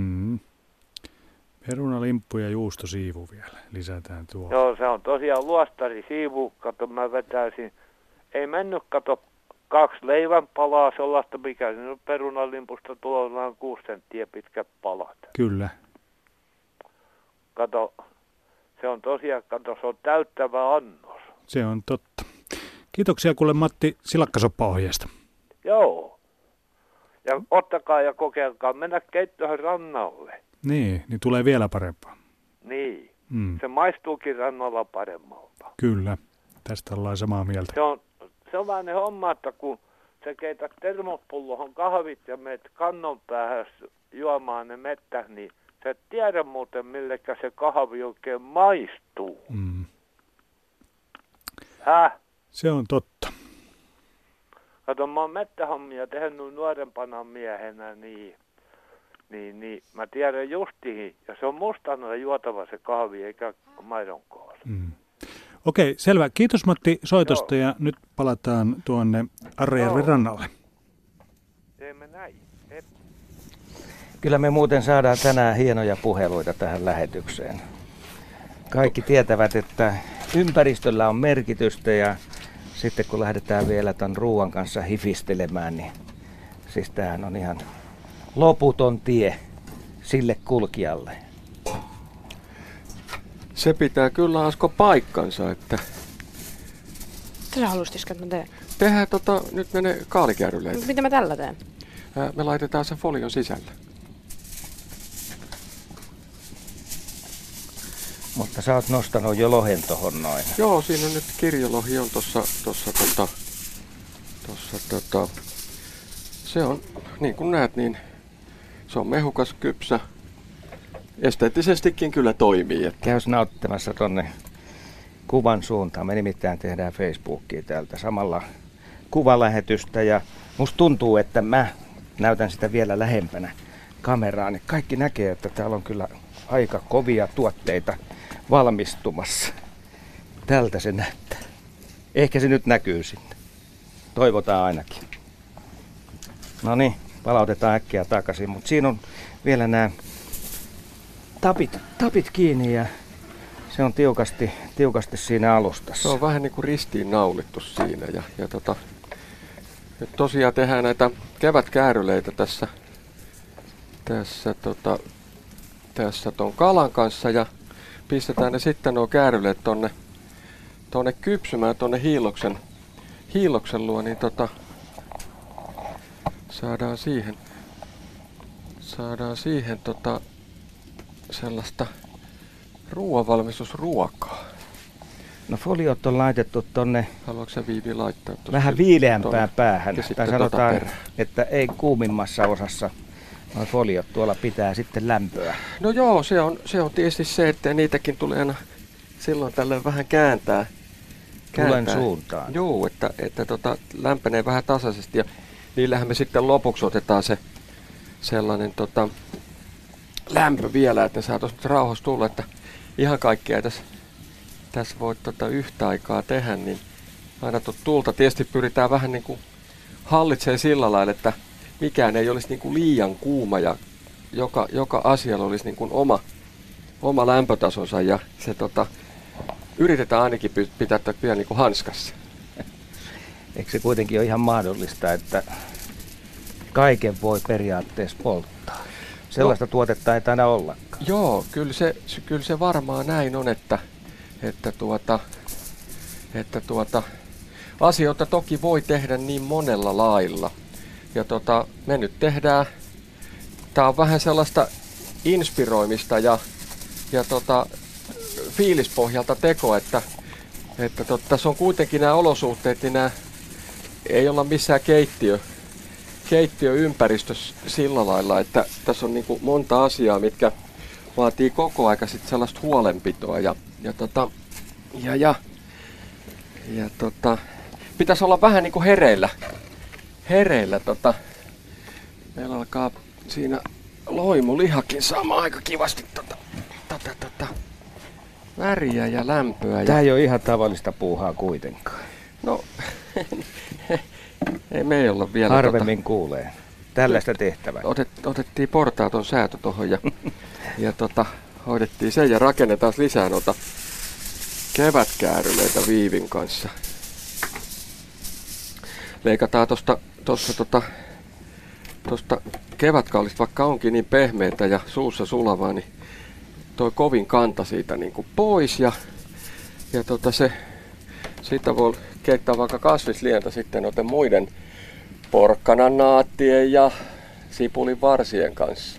Perunalimppu ja juustosiivu vielä lisätään tuohon. Joo, se on tosiaan luostarisiivu, kato, mä vetäisin. Ei mennyt, kato, 2 leivänpalaa sellaista, mikä on perunalimpusta tulee 6 senttiä pitkät palat. Kyllä. Kato, se on tosiaan, kato, se on täyttävä annos. Se on totta. Kiitoksia kuule Matti silakkasoppaohjeesta. Joo. Ja ottakaa ja kokeilkaa mennä keittoon rannalle. Niin tulee vielä parempaa. Niin. Se maistuukin rannalla paremmalta. Kyllä. Tästä ollaan samaa mieltä. Se on vähän ne homma, että kun sä keität termopulloon kahvit ja meet kannon päähän juomaan ne mettä, niin sä et tiedä muuten, millekä se kahvi oikein maistuu. Se on totta. Kato, mä oon mettähommia tehnyt nuorempana miehenä, niin mä tiedän justiin, ja se on mustana juotava se kahvi, eikä maidon kanssa. Okei, selvä. Kiitos Matti soitosta. Joo. Ja nyt palataan tuonne Arrajärven rannalle. Teemme näin. Kyllä me muuten saadaan tänään hienoja puheluita tähän lähetykseen. Kaikki tietävät, että ympäristöllä on merkitystä ja sitten kun lähdetään vielä ton ruoan kanssa hifistelemään, niin siis tämähän on ihan loputon tie sille kulkijalle. Se pitää kyllä, Asko, paikkansa, että Mitä sä haluaisit, että mä teen? tehdään nyt ne kaalikääryleitä. Mitä mä tällä teen? Me laitetaan sen folion sisälle. Mutta sä oot nostanut jo lohen tohon noin. Joo, siinä on nyt kirjolohi on tossa se on, niin kuin näet, niin se on mehukas, kypsä. Esteettisestikin kyllä toimii. Että Käys nauttimassa tonne kuvan suuntaan. Me nimittäin tehdään Facebookiin täältä samalla kuvalähetystä ja musta tuntuu, että mä näytän sitä vielä lähempänä kameraan. Niin kaikki näkee, että täällä on kyllä aika kovia tuotteita valmistumassa. Tältä se näyttää. Ehkä se nyt näkyy sinne. Toivotaan ainakin. No niin, palautetaan äkkiä takaisin, mutta siinä on vielä nämä tapit kiinni ja se on tiukasti siinä alustassa. se on vähän niin kuin ristiin naulittu siinä. Nyt tosiaan tehdään näitä kevätkääryleitä tässä ton kalan kanssa ja pistetään ne sitten nuo kääryleet tonne kypsymään tonne hiiloksen luo, niin saadaan siihen sellaista ruoanvalmistusruokaa. No foliot on laitettu tonne Haluatko sä, Viivi, laittaa tuossa vähän viileämpään tonne? päähän. Ja Tai sitten sanotaan, perään. että ei kuumimmassa osassa. Nuo foliot tuolla pitää sitten lämpöä. No joo, se on tietysti se, että niitäkin tulee aina silloin tällöin vähän kääntää. Tulen suuntaan. Joo, että lämpenee vähän tasaisesti ja niillähän me sitten lopuksi otetaan se sellainen lämpö vielä, että ne saa tuossa rauhassa tulla, että ihan kaikkea tässä voi yhtä aikaa tehdä, niin aina tulta tietysti pyritään vähän niin kuin hallitsemaan sillä lailla, että mikään ei olisi niin kuin liian kuuma ja joka asialla olisi niin kuin oma lämpötasonsa ja se yritetään ainakin pitää vielä niin kuin hanskassa. Eikö se kuitenkin ole ihan mahdollista, että kaiken voi periaatteessa polttaa? Sellaista tuotetta ei taida ollakaan. Joo, kyllä se varmaan näin on, että asioita toki voi tehdä niin monella lailla. Ja me nyt tehdään, tää on vähän sellaista inspiroimista ja fiilispohjalta teko, että tässä on kuitenkin nämä olosuhteet, niin nämä ei olla missään keittiöympäristössä sillä lailla, että tässä on niin kuin monta asiaa, mitkä vaatii koko aika sit sellaista huolenpitoa ja pitäisi olla vähän niin kuin hereillä. Meillä alkaa siinä loimulihakin saamaan aika kivasti väriä ja lämpöä. Tämä ei ole ihan tavallista puuhaa kuitenkaan. No, ei me olla vielä. Harvemmin kuulee tällaista tehtävää. Otettiin portaaton säätö tuohon ja hoidettiin sen ja rakennetaan lisää noita kevätkääryleitä Viivin kanssa. Leikataan tosta kevätkaalista, vaikka onkin niin pehmeitä ja suussa sulavaa, niin toi kovin kanta siitä niin kuin pois ja siitä voi keittää vaikka kasvislientä sitten noiden muiden porkkananaattien ja sipulin varsien kanssa.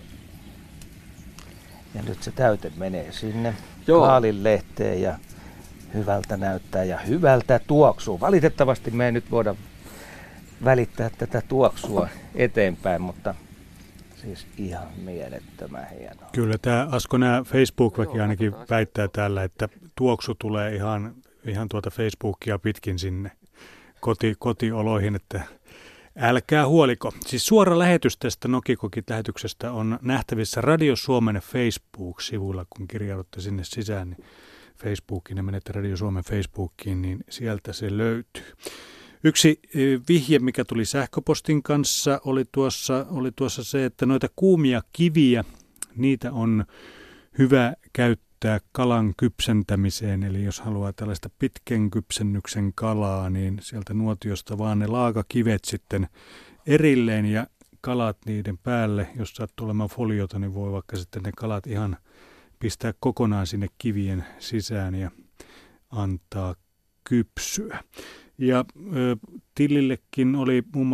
Ja nyt se täyte menee sinne Joo. kaalin lehteen ja hyvältä näyttää ja hyvältä tuoksuu. Valitettavasti me ei nyt voida välittää tätä tuoksua eteenpäin, mutta siis ihan mielettömän hienoa. Kyllä tämä Asko, nämä Facebook-väki ainakin väittää täällä, että tuoksu tulee ihan tuota Facebookia pitkin sinne kotioloihin, että älkää huoliko. Siis suora lähetys tästä Nokikokit-lähetyksestä on nähtävissä Radio Suomen Facebook-sivuilla, kun kirjaudutte sinne sisään, niin Facebookiin ja menette Radio Suomen Facebookiin, niin sieltä se löytyy. Yksi vihje, mikä tuli sähköpostin kanssa, oli tuossa se, että noita kuumia kiviä, niitä on hyvä käyttää kalan kypsentämiseen. Eli jos haluaa tällaista pitkän kypsennyksen kalaa, niin sieltä nuotiosta vaan ne laakakivet sitten erilleen ja kalat niiden päälle. Jos sattuu olemaan foliota, niin voi vaikka sitten ne kalat ihan pistää kokonaan sinne kivien sisään ja antaa kypsyä. Ja Tillillekin oli muun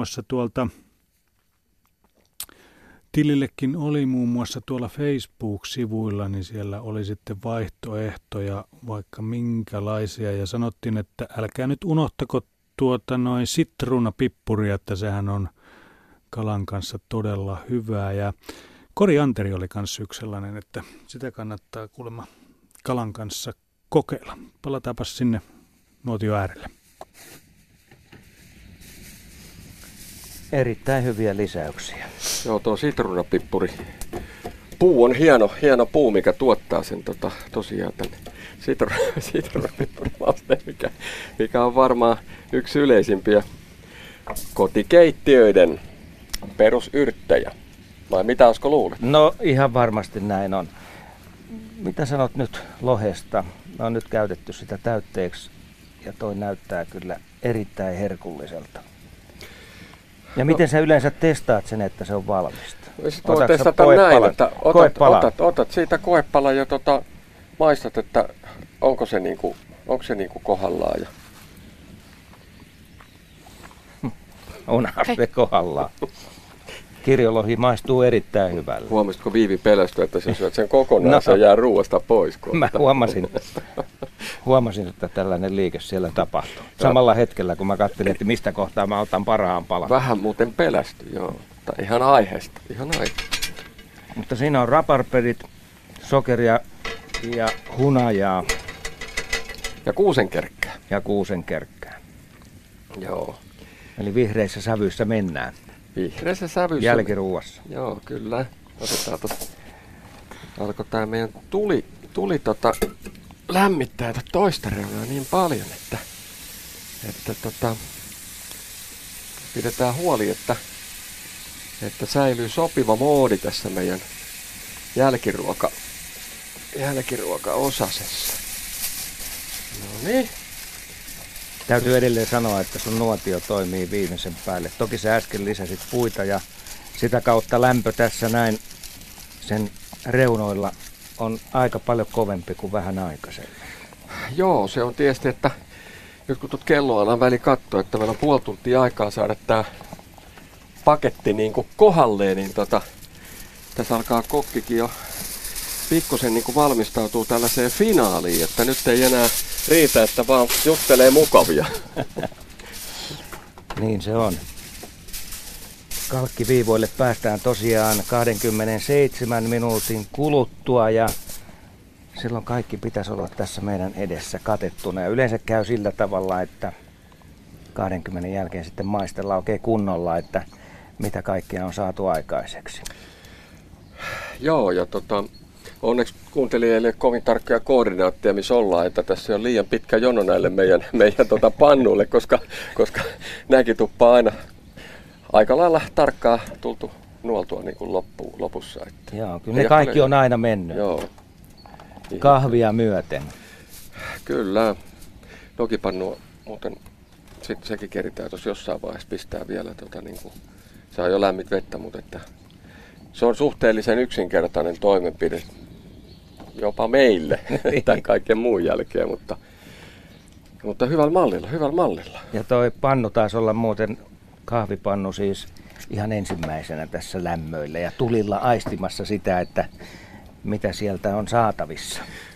muassa tuolla Facebook-sivuilla, niin siellä oli sitten vaihtoehtoja vaikka minkälaisia. Ja sanottiin, että älkää nyt unohtako sitruunapippuria, että sehän on kalan kanssa todella hyvää. Ja korianteri oli myös yksi sellainen, että sitä kannattaa kuulemma kalan kanssa kokeilla. Palataanpas sinne nuotion äärelle. Erittäin hyviä lisäyksiä. Joo, tuo sitruunapippuri. Puu on hieno puu, mikä tuottaa sen tosiaan tänne sitruunapippurimausten, mikä on varmaan yksi yleisimpiä kotikeittiöiden perusyrttejä. Vai mitä olisiko luulet? No ihan varmasti näin on. Mitä sanot nyt lohesta? Me on nyt käytetty sitä täytteeksi ja toi näyttää kyllä erittäin herkulliselta. Ja miten sä yleensä testaat sen, että se on valmista? Voi testata näin, että otat siitä koepala ja maistat, että onko se niinku kohdallaan. Ja... Onhan se kohdallaan. Kirjolohi maistuu erittäin hyvälle. Huomasitko Viivi pelästyä, että jos syöt sen kokonaan, se jää ruoasta pois? Mä huomasin, että tällainen liike siellä tapahtuu. Samalla hetkellä, kun mä katselin, että mistä kohtaa mä otan parhaan palan. Vähän muuten pelästy, joo. Tai ihan aiheesta. Mutta siinä on raparperit, sokeria ja hunajaa. Ja kuusenkerkkää. Joo. Eli vihreissä sävyissä mennään. Vihreissä sävyissä. Jälkiruuassa. Joo, kyllä. Otetaan alkoi tää meidän tuli lämmittää toista reunaa niin paljon, että pidetään huoli, että säilyy sopiva moodi tässä meidän jälkiruokaosasessa. No niin. Täytyy edelleen sanoa, että sun nuotio toimii viimeisen päälle. Toki sä äsken lisäsit puita ja sitä kautta lämpö tässä näin sen reunoilla on aika paljon kovempi kuin vähän aikaisemmin. Joo, se on tietysti, että nyt kun tuot kelloalan väli katsoo, että meillä on puoli tuntia aikaa saada tää paketti niin kuin kohdalleen, niin tässä alkaa kokkikin jo pikkusen niin kuin valmistautuu tällaiseen finaaliin, että nyt ei enää riitä, että vaan juttelee mukavia. Niin se on. Kalkkiviivoille päästään tosiaan 27 minuutin kuluttua ja silloin kaikki pitäisi olla tässä meidän edessä katettuna. Ja yleensä käy sillä tavalla, että 20 jälkeen sitten maistellaan oikein kunnolla, että mitä kaikkea on saatu aikaiseksi. Joo, ja onneksi kuuntelijoille ei ole kovin tarkkoja koordinaatteja, missä ollaan, että tässä on liian pitkä jono näille meidän pannuille, koska nämäkin tuppaa aika lailla tarkkaan tultu nuoltua niin kuin lopussa. Että joo, kyllä ne kaikki on aina mennyt. Joo. Kahvia myöten. Kyllä. Nokipannu muuten sekin keritään tuossa jossain vaiheessa pistää vielä, se on jo lämmit vettä, mutta että se on suhteellisen yksinkertainen toimenpide jopa meille tämän kaiken muun jälkeen, mutta hyvällä mallilla. Ja toi pannu taisi olla muuten kahvipannu siis ihan ensimmäisenä tässä lämmöillä ja tulilla aistimassa sitä, että mitä sieltä on saatavissa.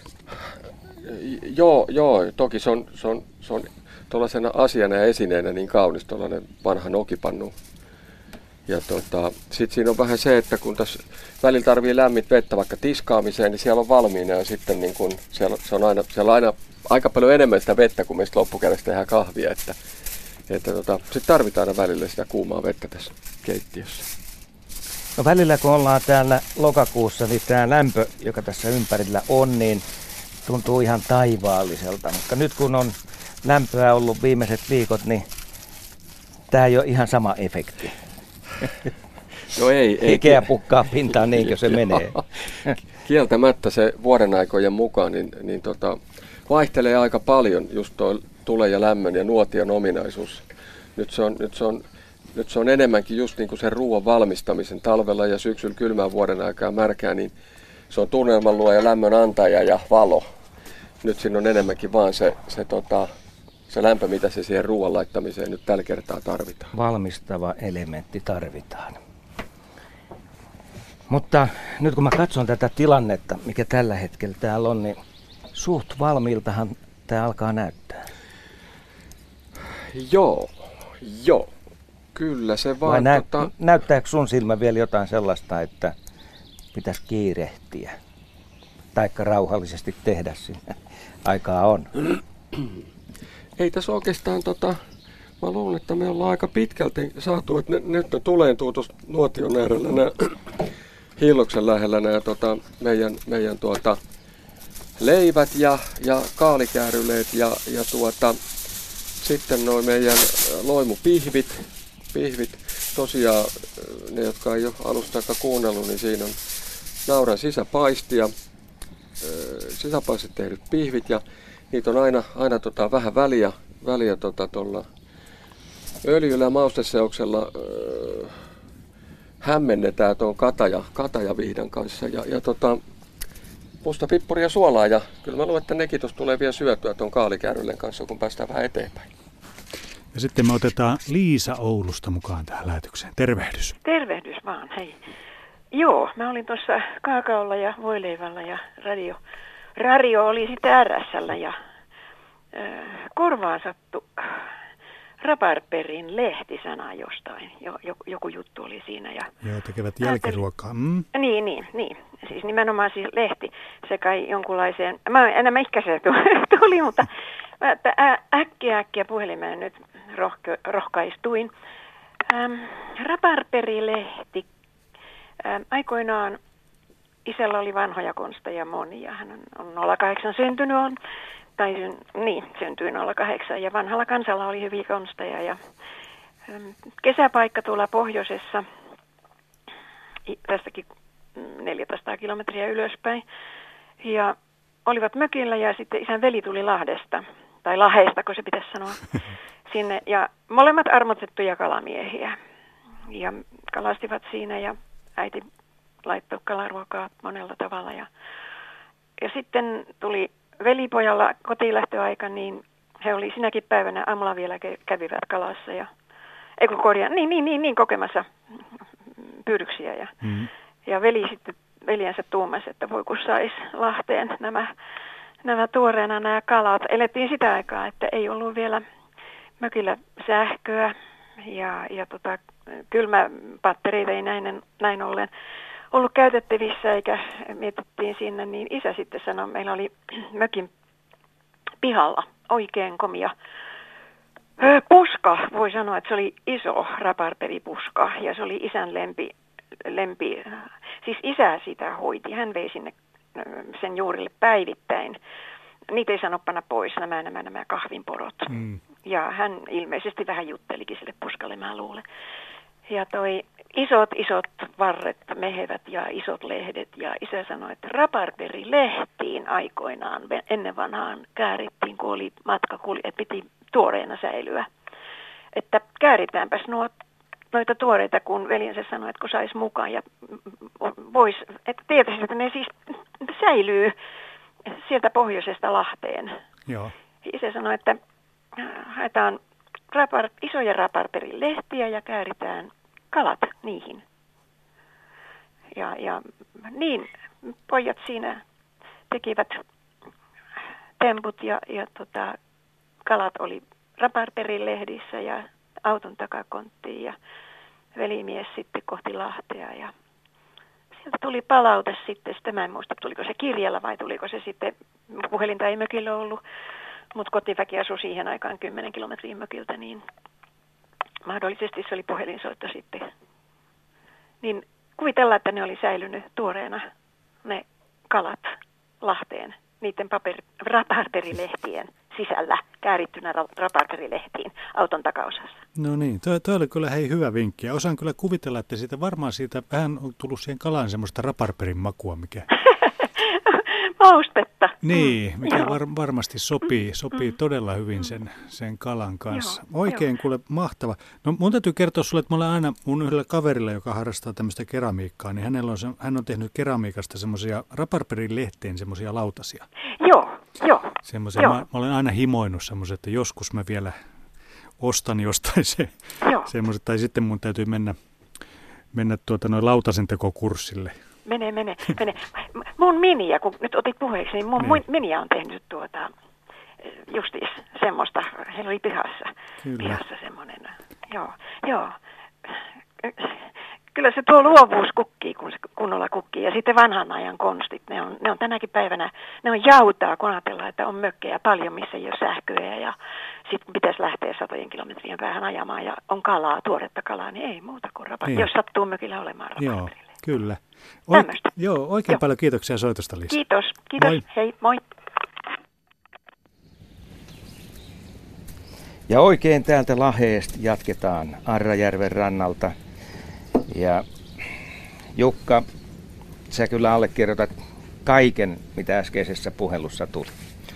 Joo, toki se on tuollaisena asiana ja esineenä niin kaunis tuollainen vanha nokipannu. Ja sitten siinä on vähän se, että kun tässä välillä tarvii lämmit vettä vaikka tiskaamiseen, niin siellä on valmiina ja sitten niin kun siellä on aina aika paljon enemmän sitä vettä, kun meistä loppukädessä tehdään kahvia, että sitten tarvitaan aina välillä sitä kuumaa vettä tässä keittiössä. No välillä kun ollaan täällä lokakuussa, niin tämä lämpö, joka tässä ympärillä on, niin tuntuu ihan taivaalliselta. Mutta nyt kun on lämpöä ollut viimeiset viikot, niin tämä ei ole ihan sama efekti. No ei. Hikeä pukkaa pintaan niinkö se menee. Kieltämättä se vuodenaikojen mukaan niin vaihtelee aika paljon just tuo tulen ja lämmön ja nuotion ominaisuus. Nyt se on enemmänkin just niin kuin sen ruoan valmistamisen talvella ja syksyllä kylmään vuoden aikaa märkää, niin se on tunnelman luoja, lämmön antaja ja valo. Nyt siinä on enemmänkin vaan se lämpö, mitä se siihen ruoan laittamiseen nyt tällä kertaa tarvitaan. Valmistava elementti tarvitaan. Mutta nyt kun mä katson tätä tilannetta, mikä tällä hetkellä täällä on, niin suht valmiiltahan tämä alkaa näyttää. Joo. Kyllä se vaan. Näyttääkö sun silmä vielä jotain sellaista, että pitäisi kiirehtiä? Taikka rauhallisesti tehdä sinne? Aikaa on. Ei tässä oikeastaan, mä luulen, että me ollaan aika pitkälti saatu, että nyt ne tuleentuu tuossa nuotion äärellä, nämä Hilloksen lähellä nämä meidän leivät ja kaalikääryleet ja sitten nuo meidän loimupihvit. Tosiaan ne, jotka ei ole alusta kuunnellut, niin siinä on nauran sisäpaistia, sisäpaistit tehdyt pihvit ja niitä on aina vähän väliä tuolla öljyllä ja mausteseoksella hämmennetään tuon katajavihdan kanssa ja musta pippuri ja suolaa ja kyllä mä luulen, että nekin tuossa tulee vielä syötyä tuon kaalikäärylen kanssa, kun päästään vähän eteenpäin. Ja sitten me otetaan Liisa Oulusta mukaan tähän lähetykseen. Tervehdys. Tervehdys vaan, hei. Joo, mä olin tuossa kaakaolla ja voileivällä ja radio oli sitten RS:llä ja korvaan sattui rabarberin lehtisana jostain. Joku juttu oli siinä. Ja joo, tekevät jälkiruokaa. Niin. Siis nimenomaan siis lehti. Se kai jonkunlaiseen, mä enemmän ehkä se tuli, mutta äkkiä puhelimeen nyt rohkaistuin. Rabarberilehti. Aikoinaan isällä oli vanhoja konsteja monia. Hän on 08 syntynyt on. Syntyi 08 ja vanhalla kansalla oli hyviä konsteja ja kesäpaikka tuolla pohjoisessa, tästäkin 400 kilometriä ylöspäin ja olivat mökillä ja sitten isän veli tuli Lahdesta, tai Lahdesta, kun se pitäisi sanoa, sinne ja molemmat armotettuja kalamiehiä ja kalastivat siinä ja äiti laittoi kalaruokaa monella tavalla ja sitten tuli velipojalla kotiinlähtöaika, niin he oli sinäkin päivänä aamulla vielä kävivät kalassa ja kokemassa pyydyksiä ja veljensä tuumasi, että voi kun sais Lahteen nämä tuoreena nämä kalat. Elettiin sitä aikaa, että ei ollut vielä mökillä sähköä ja kylmäpattereita ei näin ollen ollut käytettävissä eikä mietittiin sinne, niin isä sitten sanoi, meillä oli mökin pihalla oikein komia puska, voi sanoa, että se oli iso rabarberipuska ja se oli isän lempi, siis isä sitä hoiti, hän vei sinne sen juurille päivittäin. Niitä ei sano panna pois, nämä kahvinporot. Ja hän ilmeisesti vähän juttelikin sille puskalle, mä luulen. Ja toi isot varret, mehevät ja isot lehdet. Ja isä sanoi, että rabarberilehtiin aikoinaan ennen vanhaan käärittiin, kun oli että piti tuoreena säilyä. Että kääritäänpäs noita tuoreita, kun veljensä sanoi, että kun sais mukaan ja vois, että tietysti, että ne siis säilyy sieltä pohjoisesta Lahteen. Joo. Isä sanoi, että haetaan isoja rabarberilehtiä ja kääritään kalat niihin. Ja niin pojat siinä tekivät temput ja kalat oli rabarberilehdissä ja auton takakonttiin ja velimies sitten kohti Lahtea ja sieltä tuli palaute sitten, sitä mä en muista, tuliko se kirjalla vai tuliko se sitten, puhelinta ei mökillä ollut, mutta kotiväki asui siihen aikaan 10 kilometriä mökiltä, niin mahdollisesti se oli puhelinsoitto sitten. Niin kuvitellaan, että ne oli säilynyt tuoreena ne kalat Lahteen niiden rabarbeриlehtien sisällä käärittynä raparperilehtiin auton takaosassa. No niin, toi oli kyllä hyvä vinkki. Ja osaan kyllä kuvitella, että siitä varmaan siitä vähän on tullut siihen kalaan semmoista raparperin makua, mikä... Maustetta. Niin, mikä varmasti sopii todella hyvin sen kalan kanssa. Oikein kuule mahtava. No mun täytyy kertoa sulle, että mä olen aina mun yhdellä kaverilla, joka harrastaa tämmöistä keramiikkaa, niin hän on tehnyt keramiikasta semmoisia raparperin lehteen semmoisia lautasia. Joo. Semmoisia, mä olen aina himoinut semmoisia, että joskus mä vielä ostan jostain semmoiset, tai sitten mun täytyy mennä noin lautasentekokurssille. Mene. Mun Minja, kun nyt otit puheeksi, niin mun Minja on tehnyt justiis semmoista, heillä oli pihassa semmoinen, joo. Kyllä se tuo luovuus kukkii, kun se kunnolla kukkii. Ja sitten vanhan ajan konstit, ne on tänäkin päivänä, ne on jautaa, kun ajatellaan, että on mökkejä paljon, missä ei ole sähköä. Ja sitten pitäisi lähteä 100 kilometrien päähän ajamaan ja on kalaa, tuoretta kalaa, niin ei muuta kuin jos sattuu mökillä olemaan raparperille. Kyllä. Oikein paljon kiitoksia soitosta, Liisa. Kiitos. Moi. Hei, moi. Ja oikein täältä Laheesta jatketaan Arrajärven rannalta. Ja Jukka, sä kyllä allekirjoitat kaiken, mitä äskeisessä puhelussa tuli.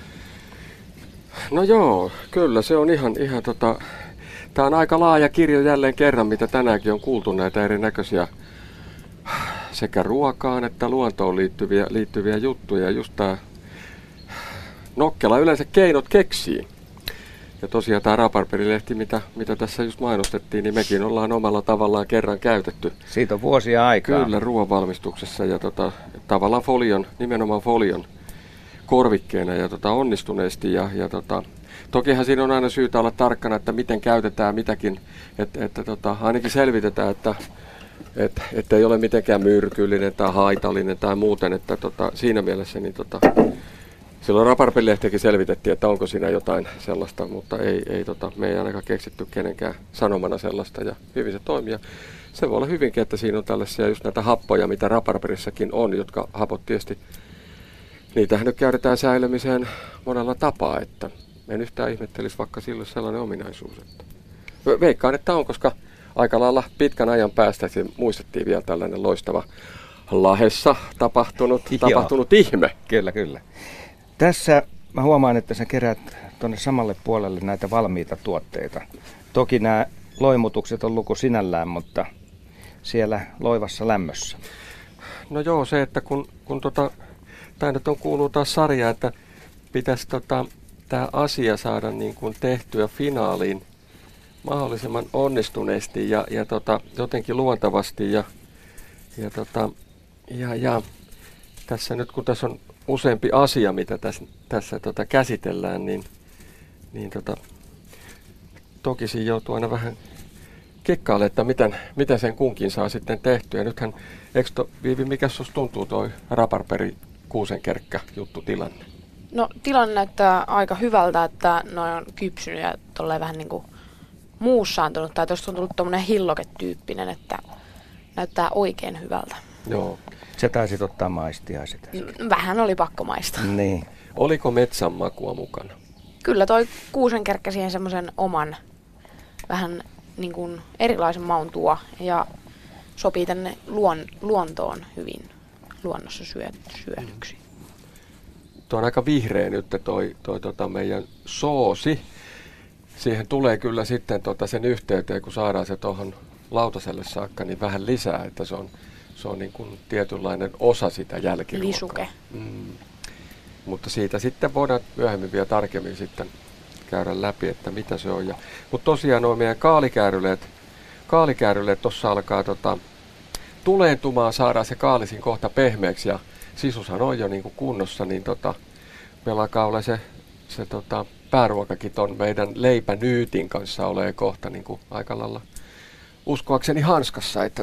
No joo, kyllä se on ihan tää on aika laaja kirjo jälleen kerran, mitä tänäänkin on kuultu näitä erinäköisiä sekä ruokaan että luontoon liittyviä juttuja. Just tää nokkela yleensä keinot keksii. Ja tosiaan tämä raparperilehti, mitä tässä just mainostettiin, niin mekin ollaan omalla tavallaan kerran käytetty. Siitä on vuosia aikaa. Kyllä, ruoanvalmistuksessa ja tavallaan nimenomaan folion korvikkeena ja onnistuneesti. Tokihan siinä on aina syytä olla tarkkana, että miten käytetään mitäkin, että ainakin selvitetään, että ei ole mitenkään myrkyllinen tai haitallinen tai muuten, että siinä mielessä niin silloin raparperilehtiäkin selvitettiin, että onko siinä jotain sellaista, mutta me ei ainakaan keksitty kenenkään sanomana sellaista ja hyvin se toimii. Se voi olla hyvinkin, että siinä on tällaisia just näitä happoja, mitä raparperissakin on, jotka hapot tietysti, niitähän nyt käytetään säilymiseen monella tapaa, että en yhtään ihmettelisi vaikka silloin sellainen ominaisuus. Että veikkaan, että on, koska aika lailla pitkän ajan päästä muistettiin vielä tällainen loistava Lahessa tapahtunut ihme. Kyllä. Tässä mä huomaan, että sä kerät tuonne samalle puolelle näitä valmiita tuotteita. Toki nämä loimutukset on luku sinällään, mutta siellä loivassa lämmössä. No joo, se, että kun tämä nyt kuuluu taas sarja, että pitäisi tämä asia saada niin kuin tehtyä finaaliin mahdollisimman onnistuneesti ja jotenkin luontavasti ja tässä nyt kun tässä on useampi asia, mitä tässä käsitellään, niin toki siinä joutuu aina vähän kikkaalle, että miten sen kunkin saa sitten tehtyä. Nythän, Viivi, mikä sinusta tuntuu toi raparperi kuusenkerkkä juttu tilanne? No tilanne näyttää aika hyvältä, että noin on kypsynyt ja tolleen vähän niin kuin muussaantunut. Tai tuosta on tullut tommonen hilloketyyppinen, että näyttää oikein hyvältä. Joo. Sä taisit ottaa maistia sitä. Vähän oli pakko maistaa. Niin. Oliko metsän makua mukana? Kyllä toi kuusenkerkkä siihen semmoisen oman vähän niin kuin erilaisen maun tuo ja sopii tänne luontoon hyvin luonnossa syödyksi. Tuo on aika vihreä nyt toi meidän soosi. Siihen tulee kyllä sitten sen yhteyteen, kun saadaan se tuohon lautaselle saakka, niin vähän lisää, että se on niin kuin tietynlainen osa sitä jälkiruokaa. Lisuke. Mutta siitä sitten voidaan myöhemmin vielä tarkemmin sitten käydä läpi, että mitä se on. Mutta tosiaan nuo meidän kaalikääryleet tuossa alkaa tuleentumaan, saadaan se kaalisin kohta pehmeäksi ja sisushan on jo niin kuin kunnossa, niin meillä alkaa olla se pääruokakin ton meidän leipänyytin kanssa olee kohta niin kuin aika lailla uskoakseni hanskassa, että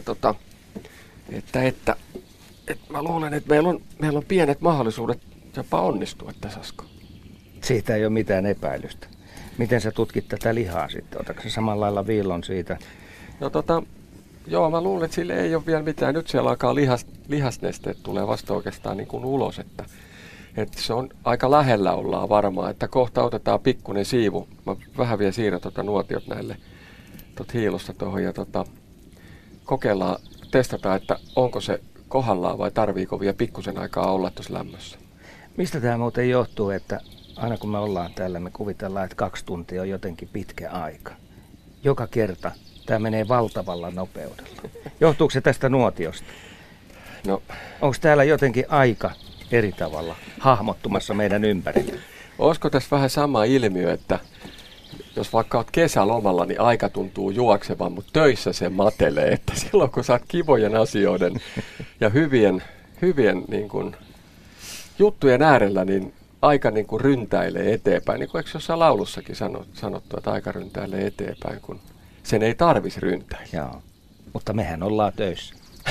mä luulen, että meillä on pienet mahdollisuudet jopa onnistua tässä, Asko. Siitä ei ole mitään epäilystä. Miten sä tutkit tätä lihaa sitten? Otatko sä samalla lailla viillon siitä? No joo, mä luulen, että sille ei ole vielä mitään. Nyt siellä alkaa lihasnesteet tulee vasta oikeastaan niin kuin ulos, että että se on aika lähellä ollaan varmaan, että kohta otetaan pikkuinen siivu. Mä vähän vielä siirrän nuotiot näille hiilosta tuohon ja kokeillaan, testataan, että onko se kohdallaan vai tarviiko vielä pikkusen aikaa olla tuossa lämmössä. Mistä tämä muuten johtuu, että aina kun me ollaan täällä, me kuvitellaan, että 2 tuntia on jotenkin pitkä aika. Joka kerta tämä menee valtavalla nopeudella. Johtuuko se tästä nuotiosta? No. Onko täällä jotenkin aika eri tavalla hahmottumassa meidän ympärillä? Olisiko tässä vähän sama ilmiö, että jos vaikka olet kesälomalla, niin aika tuntuu juoksevan, mutta töissä se matelee. Että silloin kun sä oot kivojen asioiden ja hyvien niin kuin juttujen äärellä, niin aika niin kuin ryntäilee eteenpäin. Niin kuin eikö jossain laulussakin sanottu, että aika ryntäilee eteenpäin, kun sen ei tarvitsisi ryntäillä. Joo, mutta mehän ollaan töissä.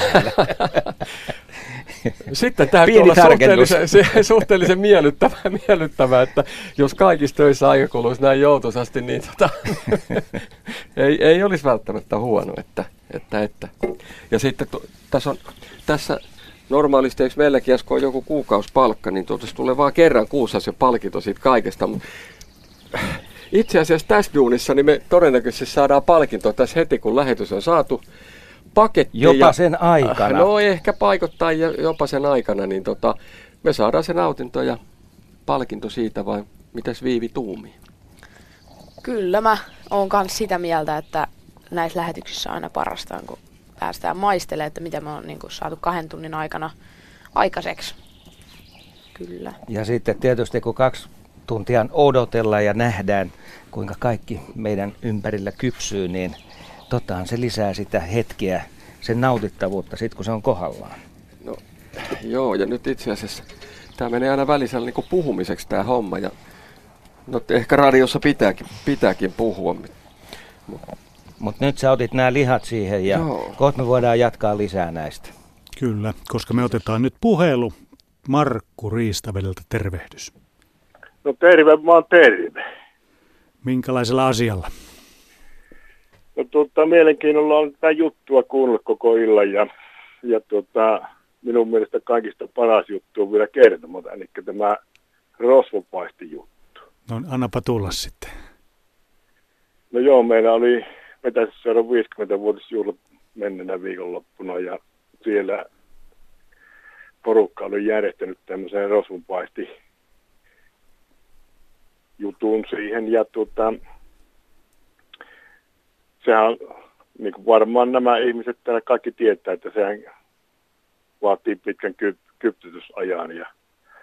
Sitten täytyy olla suhteellisen miellyttävää, että jos kaikissa töissä aika kuluisi näin joutuisasti, niin ei olisi välttämättä huono. Että. Ja sitten tässä normaalisti, eikö meilläkin jos on joku kuukausipalkka, niin tulee vaan kerran kuussa se palkinto siitä kaikesta. Itse asiassa tässä duunissa niin me todennäköisesti saadaan palkintoa tässä heti, kun lähetys on saatu. Paketti jopa sen aikana. No ehkä paikottain ja jopa sen aikana, niin me saadaan se nautinto ja palkinto siitä, vai mitäs Viivi tuumii? Kyllä mä oon kans sitä mieltä, että näissä lähetyksissä aina parasta, kun päästään maistelemaan, että mitä me on niin saatu 2 tunnin aikana aikaiseksi. Kyllä. Ja sitten tietysti kun 2 tuntia odotellaan ja nähdään, kuinka kaikki meidän ympärillä kypsyy, niin tottahan se lisää sitä hetkeä, sen nautittavuutta sit kun se on kohdallaan. No joo, ja nyt itse asiassa tämä menee aina välisellä niin kuin puhumiseksi tämä homma. Ja, no ehkä radiossa pitääkin puhua. Mutta nyt sä otit nämä lihat siihen ja kohta me voidaan jatkaa lisää näistä. Kyllä, koska me otetaan nyt puhelu. Markku Riistavedeltä, tervehdys. No terve, mä oon terve. Minkälaisella asialla? No mielenkiinnolla on tätä juttua kuunnella koko illan ja minun mielestä kaikista paras juttu on vielä kertomatta, eli tämä rosvopaisti-juttu. No annapa tulla sitten. No joo, meillä oli Metästysseuran 50-vuotisjuhlat menneenä viikonloppuna ja siellä porukka oli järjestänyt tämmöisen rosvopaisti-jutun siihen ja sehän, niin kuin varmaan nämä ihmiset täällä kaikki tietää, että sehän vaatii pitkän kypsytysajan ja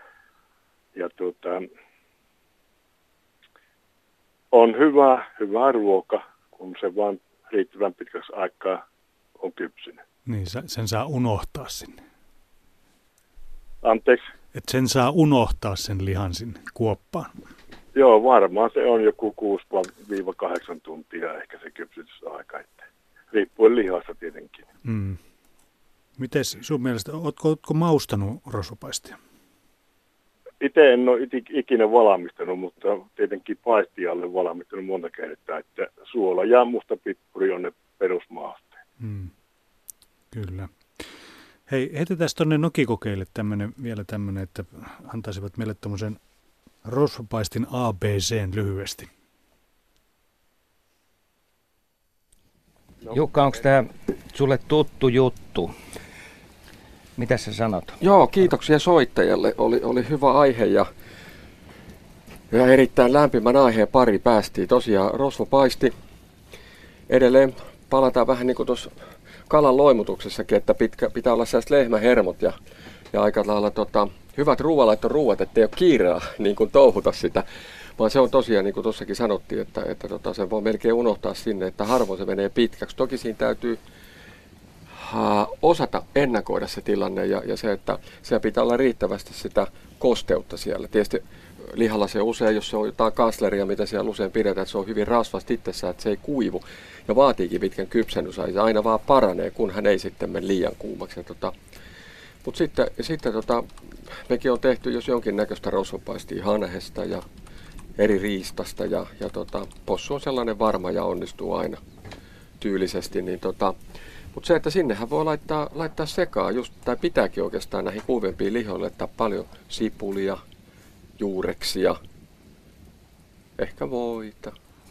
on hyvä ruoka, kun se vaan riittävän pitkäksi aikaa on kypsynyt. Niin, sen saa unohtaa sinne. Anteeksi? Että sen saa unohtaa sen lihan sinne kuoppaan. Joo, varmaan se on joku 6-8 tuntia ehkä se kypsytysaika, että riippuen lihasta tietenkin. Mm. Mites sun mielestä, ootko maustanut rosvopaistia? Itse en ole ikinä valmistanut, mutta tietenkin paistialle valmistanut monta kertaa, että suola ja musta pippuri on ne perusmausteet. Mm. Kyllä. Hei, heitetään tuonne Nokikokeille vielä tämmöinen, että antaisivat meille tämmöisen rosvopaistin ABC:n lyhyesti. No. Jukka, onko tämä sulle tuttu juttu? Mitä sä sanot? Joo, kiitoksia soittajalle. Oli hyvä aihe ja erittäin lämpimän aiheen pari päästiin. Tosiaan rosvopaisti. Edelleen palataan vähän niin kuin tuossa kalan loimutuksessakin, että pitää olla sellaiset lehmähermot ja aika lailla hyvät ruoanlaittoruuat, ettei ole kiireä niin kuin touhuta sitä. Vaan se on tosiaan, niin kuin tuossakin sanottiin, että sen voi melkein unohtaa sinne, että harvoin se menee pitkäksi. Toki siinä täytyy osata ennakoida se tilanne ja se, että siellä pitää olla riittävästi sitä kosteutta siellä. Tietysti lihalla se usein, jos se on jotain kasleria, mitä siellä usein pidetään, että se on hyvin rasvasta itsessään, että se ei kuivu ja vaatiikin pitkän kypsennysaikaa. Se aina vaan paranee, kunhan ei sitten mene liian kuumaksi. Mutta sitten mekin on tehty jos jonkinnäköistä rosvopaistia hanhesta ja eri riistasta ja possu on sellainen varma ja onnistuu aina tyylisesti. Mutta se, että sinnehän voi laittaa sekaan, tai pitääkin oikeastaan näihin kuivempiin lihoille, laittaa paljon sipulia, juureksia, ehkä voita.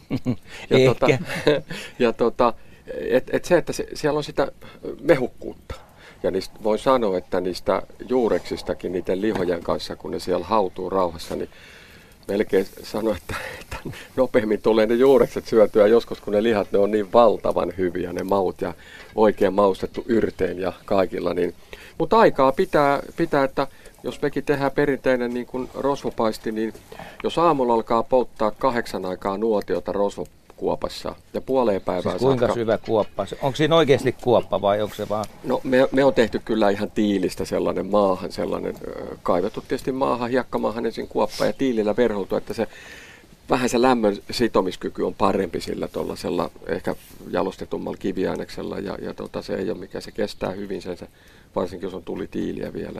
Se, että siellä on sitä mehukkuutta. Ja niistä voin sanoa, että niistä juureksistakin niiden lihojen kanssa, kun ne siellä hautuu rauhassa, niin melkein sano, että nopeammin tulee ne juurekset syötyä joskus, kun ne lihat, ne on niin valtavan hyviä, ne maut ja oikein maustettu yrteen ja kaikilla. Niin. Mutta aikaa pitää, että jos mekin tehdään perinteinen niin kuin rosvopaisti, niin jos aamulla alkaa polttaa 8 aikaa nuotiota rosvokuopassa ja puoleen päivään siis kuinka syvä kuoppa? Onko siinä oikeasti kuoppa vai onko se vaan? No me on tehty kyllä ihan tiilistä sellainen maahan, kaivettu tietysti maahan, hiekkamaahan ensin kuoppa ja tiilillä verholtu, että se vähän se lämmön sitomiskyky on parempi sillä tuollaisella ehkä jalostetummalla kiviaineksella ja se ei ole mikä se kestää hyvin sen, varsinkin jos on tulitiiliä vielä.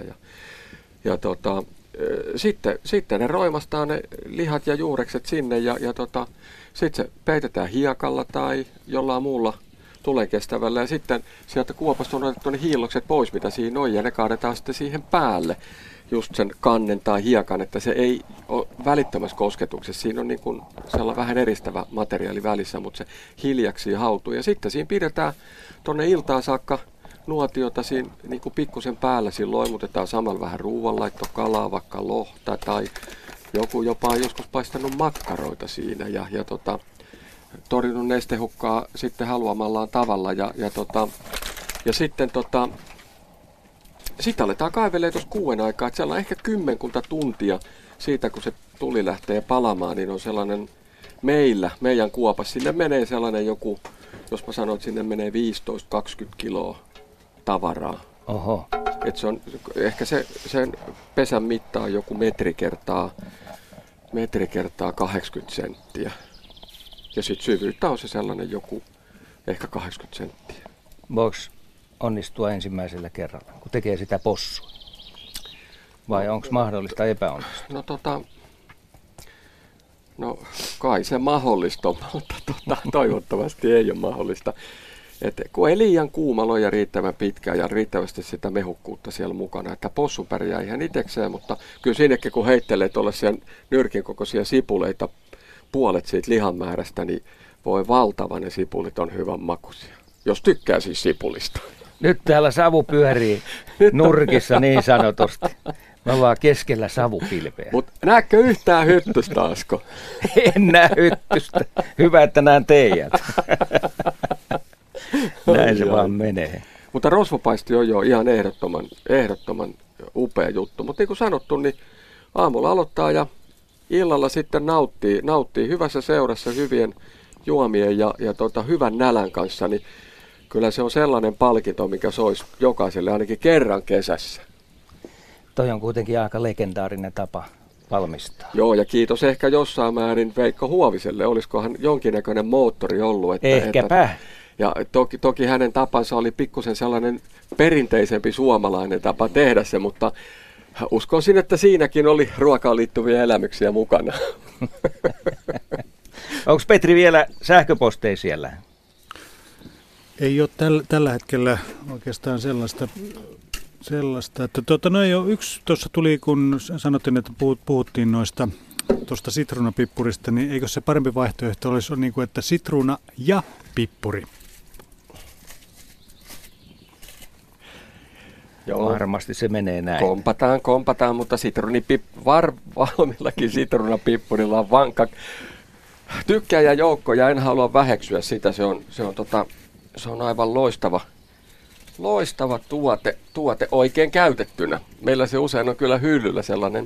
Sitten ne roimastaa ne lihat ja juurekset sinne ja sitten se peitetään hiekalla tai jollain muulla tulenkestävällä ja sitten sieltä kuopasta on otettu ne hiillokset pois, mitä siinä on ja ne kaadetaan sitten siihen päälle just sen kannen tai hiekan, että se ei ole välittömässä kosketuksessa. Siinä on niin kuin sellainen vähän eristävä materiaali välissä, mutta se hiljaksi hautuu ja sitten siinä pidetään tuonne iltaan saakka nuotiota siinä niin kuin pikkusen päällä, siinä loimutetaan samalla vähän ruoanlaitto, kalaa, vaikka lohta tai joku jopa on joskus paistanut makkaroita siinä ja torjunut nestehukkaa sitten haluamallaan tavalla ja sitten sitten aletaan kaivelemaan tuossa 6 aikaa, että siellä on ehkä 10 tuntia siitä, kun se tuli lähtee palamaan, niin on sellainen meidän kuopassa, sinne menee sellainen joku, jos mä sanon, että sinne menee 15-20 kiloa tavaraa. Oho. Et se on, ehkä sen pesän mitta on joku metri kertaa 80 senttiä. Ja sitten syvyyttä on se sellainen joku ehkä 80 senttiä. Voiko onnistua ensimmäisellä kerralla, kun tekee sitä possua? Vai onko mahdollista epäonnistua? No kai se mahdollista on, mutta toivottavasti ei ole mahdollista. Et kun ei liian kuuma loja riittävän pitkään ja riittävästi sitä mehukkuutta siellä mukana, että possu pärjää ihan itsekseen, mutta kyllä sinnekin kun heittelee tuollaisia nyrkin kokoisia sipuleita puolet siitä lihan määrästä, niin voi valtava ne sipulit on hyvän makuisia, jos tykkää siis sipulista. Nyt täällä savu pyörii nurkissa niin sanotusti. Me ollaan keskellä savupilveä. Mutta näetkö yhtään hyttystä, Asko? En näe hyttystä. Hyvä, että näen teidät. Näin se vaan menee. Mutta rosvopaisti on jo ihan ehdottoman upea juttu. Mutta niin kuin sanottu, niin aamulla aloittaa ja illalla sitten nauttii hyvässä seurassa hyvien juomien ja hyvän nälän kanssa. Niin kyllä se on sellainen palkinto, mikä soisi jokaiselle ainakin kerran kesässä. Toi on kuitenkin aika legendaarinen tapa valmistaa. Joo, ja kiitos ehkä jossain määrin Veikko Huoviselle. Olisikohan jonkinnäköinen moottori ollut? Ehkäpä. Ja toki hänen tapansa oli pikkusen sellainen perinteisempi suomalainen tapa tehdä se, mutta uskoisin, että siinäkin oli ruokaan liittyviä elämyksiä mukana. Onko Petri vielä sähköposteja siellä? Ei ole tällä hetkellä oikeastaan sellaista että yksi tuossa tuli, kun sanottiin, että puhuttiin tuosta sitruunapippurista, niin eikö se parempi vaihtoehto olisi niin kuin, että sitruuna ja pippuri? Joo, varmasti se menee näin. Kompataan, mutta valmillakin sitruunapippurilla on vankka tykkääjäjoukko ja en halua väheksyä sitä. Se on aivan loistava tuote oikein käytettynä. Meillä se usein on kyllä hyllyllä sellainen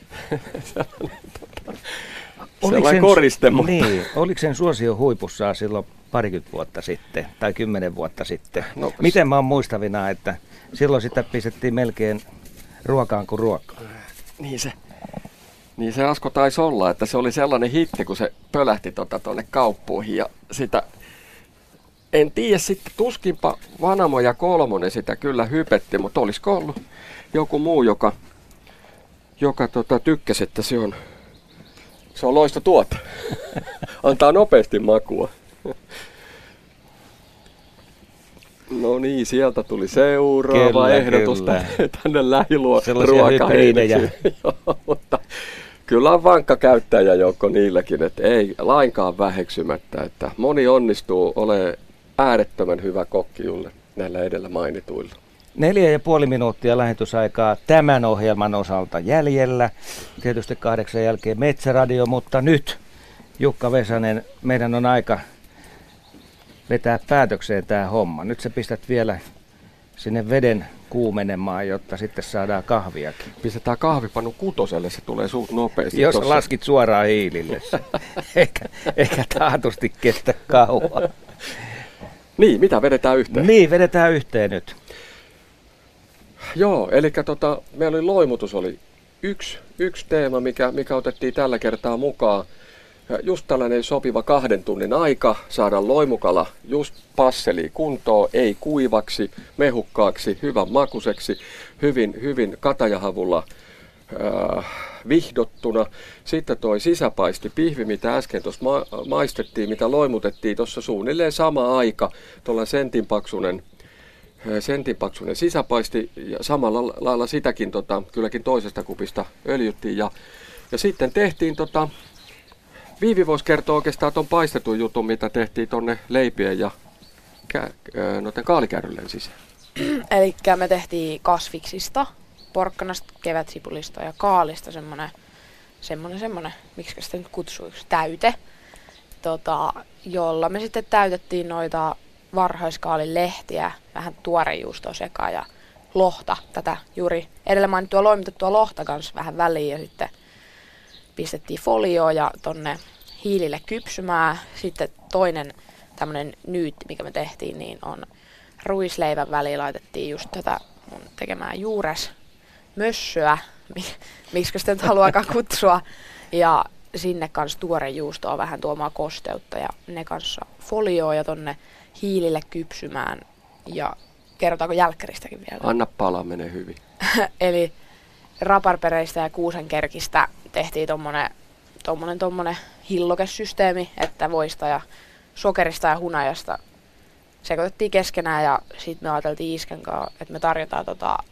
koriste. Mutta niin, oliko sen suosio huipussaan silloin 20 vuotta sitten tai 10 vuotta sitten? No, miten mä oon muistavina, että silloin sitä pistettiin melkein ruokaan kuin ruokaan? Niin se Asko taisi olla, että se oli sellainen hitti, kun se pölähti tuonne kauppuihin ja sitä. En tiedä sitten, tuskinpa Vanamo ja Kolmonen sitä kyllä hypetti, mutta olisiko ollut joku muu, joka tykkäsi, että se on loista tuote. Antaa nopeasti makua. No niin, sieltä tuli seuraava ehdotus tänne lähiruoka-aineeksi. Kyllä on vankka käyttäjäjoukko niilläkin, että ei lainkaan väheksymättä, että moni onnistuu olemaan äärettömän hyvä kokki Julle näillä edellä mainituilla. 4,5 minuuttia lähetysaikaa tämän ohjelman osalta jäljellä. Tietysti 8 jälkeen Metsäradio, mutta nyt Jukka Vesanen, meidän on aika vetää päätökseen tämä homma. Nyt sä pistät vielä sinne veden kuumenemaan, jotta sitten saadaan kahviakin. Pistetään kahvipannu 6, se tulee suut nopeasti. Jos laskit suoraan hiilille, eikä taatusti kestä kauan. Niin, mitä vedetään yhteen? Niin, vedetään yhteen nyt. Joo, eli meillä oli loimutus, oli yksi teema, mikä otettiin tällä kertaa mukaan. Just tällainen sopiva 2 tunnin aika, saada loimukala just passeliin kuntoon, ei kuivaksi, mehukkaaksi, hyvän makuiseksi, hyvin katajahavulla vihdottuna. Sitten toi sisäpaisti pihvi, mitä äsken tuossa maistettiin, mitä loimutettiin tuossa suunnilleen sama aika, tuolla sentinpaksunen sisäpaisti ja samalla lailla sitäkin kylläkin toisesta kupista öljyttiin ja sitten tehtiin Viivi voisi kertoa oikeastaan tuon paistetun jutun, mitä tehtiin tuonne leipien ja noiden kaalikärrylleen sisään. Eli me tehtiin kasviksista, porkkanasta, kevätsipulista ja kaalista semmonen, miksi sitä nyt kutsuisi, täyte, jolla me sitten täytettiin noita varhaiskaalin lehtiä, vähän tuorejuustoa sekaan ja lohta, tätä juuri edellä mainittua loimitettua lohta kanssa vähän väliin ja sitten pistettiin folioon ja tonne hiilille kypsymään. Sitten toinen tämmönen nyytti, mikä me tehtiin, niin on ruisleivän väliin laitettiin just tätä mun tekemää juuresmössöä, miksi sitä nyt haluakaan kutsua. Ja sinne kanssa tuorejuustoa vähän tuomaan kosteutta ja ne kanssa folioon ja tonne hiilille kypsymään. Ja kerrotaanko jälkkäristäkin vielä? Anna palaa, menee hyvin. Eli raparpereistä ja kuusenkerkistä tehtiin tommonen hillokesysteemi, että voista ja sokerista ja hunajasta sekoitettiin keskenään ja sitten me ajateltiin isken kanssa, että me tarjotaan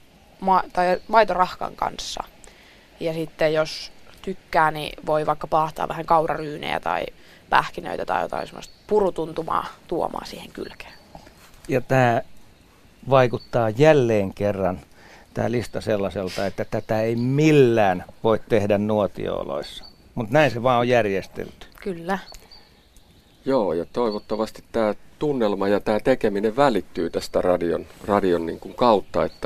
maitorahkan kanssa. Ja sitten jos tykkää, niin voi vaikka paahtaa vähän kauraryynejä tai pähkinöitä tai jotain semmoista purutuntumaa tuomaan siihen kylkeen. Ja tämä vaikuttaa jälleen kerran tämä lista sellaiselta, että tätä ei millään voi tehdä nuotio-oloissa. Mutta näin se vaan on järjestelty. Kyllä. Joo, ja toivottavasti tämä tunnelma ja tämä tekeminen välittyy tästä radion niin kuin kautta, että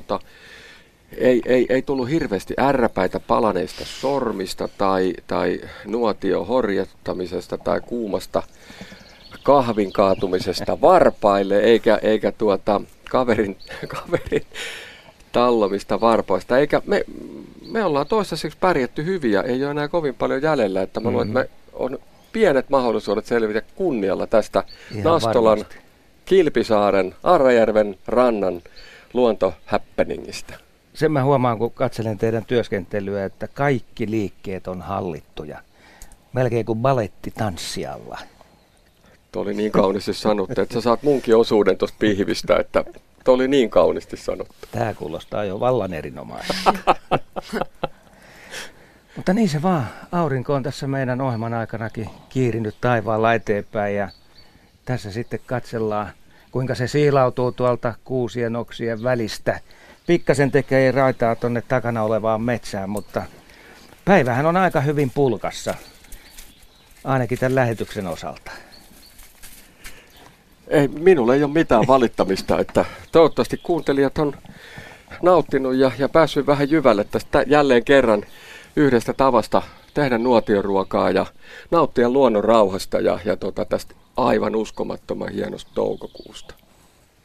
ei tullut hirveästi ärräpäitä palaneista sormista tai nuotio horjattamisesta tai kuumasta kahvin kaatumisesta varpaille, eikä kaverin tallomista varpaista. Eikä me ollaan toistaiseksi pärjätty hyvin ja ei ole enää kovin paljon jäljellä, että mä luulen, että me on pienet mahdollisuudet selvitä kunnialla tästä ihan Nastolan, varmasti. Kilpisaaren, Arrajärven rannan luontohäppeningistä. Sen mä huomaan, kun katselen teidän työskentelyä, että kaikki liikkeet on hallittuja. Melkein kuin baletti tanssialla. Tuo oli niin kauniisti sanottu, että sä saat munkin osuuden tuosta pihvistä, että tuo oli niin kauniisti sanottu. Tää kuulostaa jo vallan erinomaisesti. Mutta niin se vaan. Aurinko on tässä meidän ohjelman aikanakin kiirinyt taivaalla eteenpäin ja tässä sitten katsellaan, kuinka se siilautuu tuolta kuusien oksien välistä. Pikkasen tekee raitaa tuonne takana olevaan metsään, mutta päivähän on aika hyvin pulkassa, ainakin tämän lähetyksen osalta. Ei, minulla ei ole mitään valittamista, että toivottavasti kuuntelijat on nauttinut ja päässyt vähän jyvälle tästä jälleen kerran yhdestä tavasta tehdä nuotioruokaa ja nauttia luonnon rauhasta ja tästä aivan uskomattoman hienosta toukokuusta.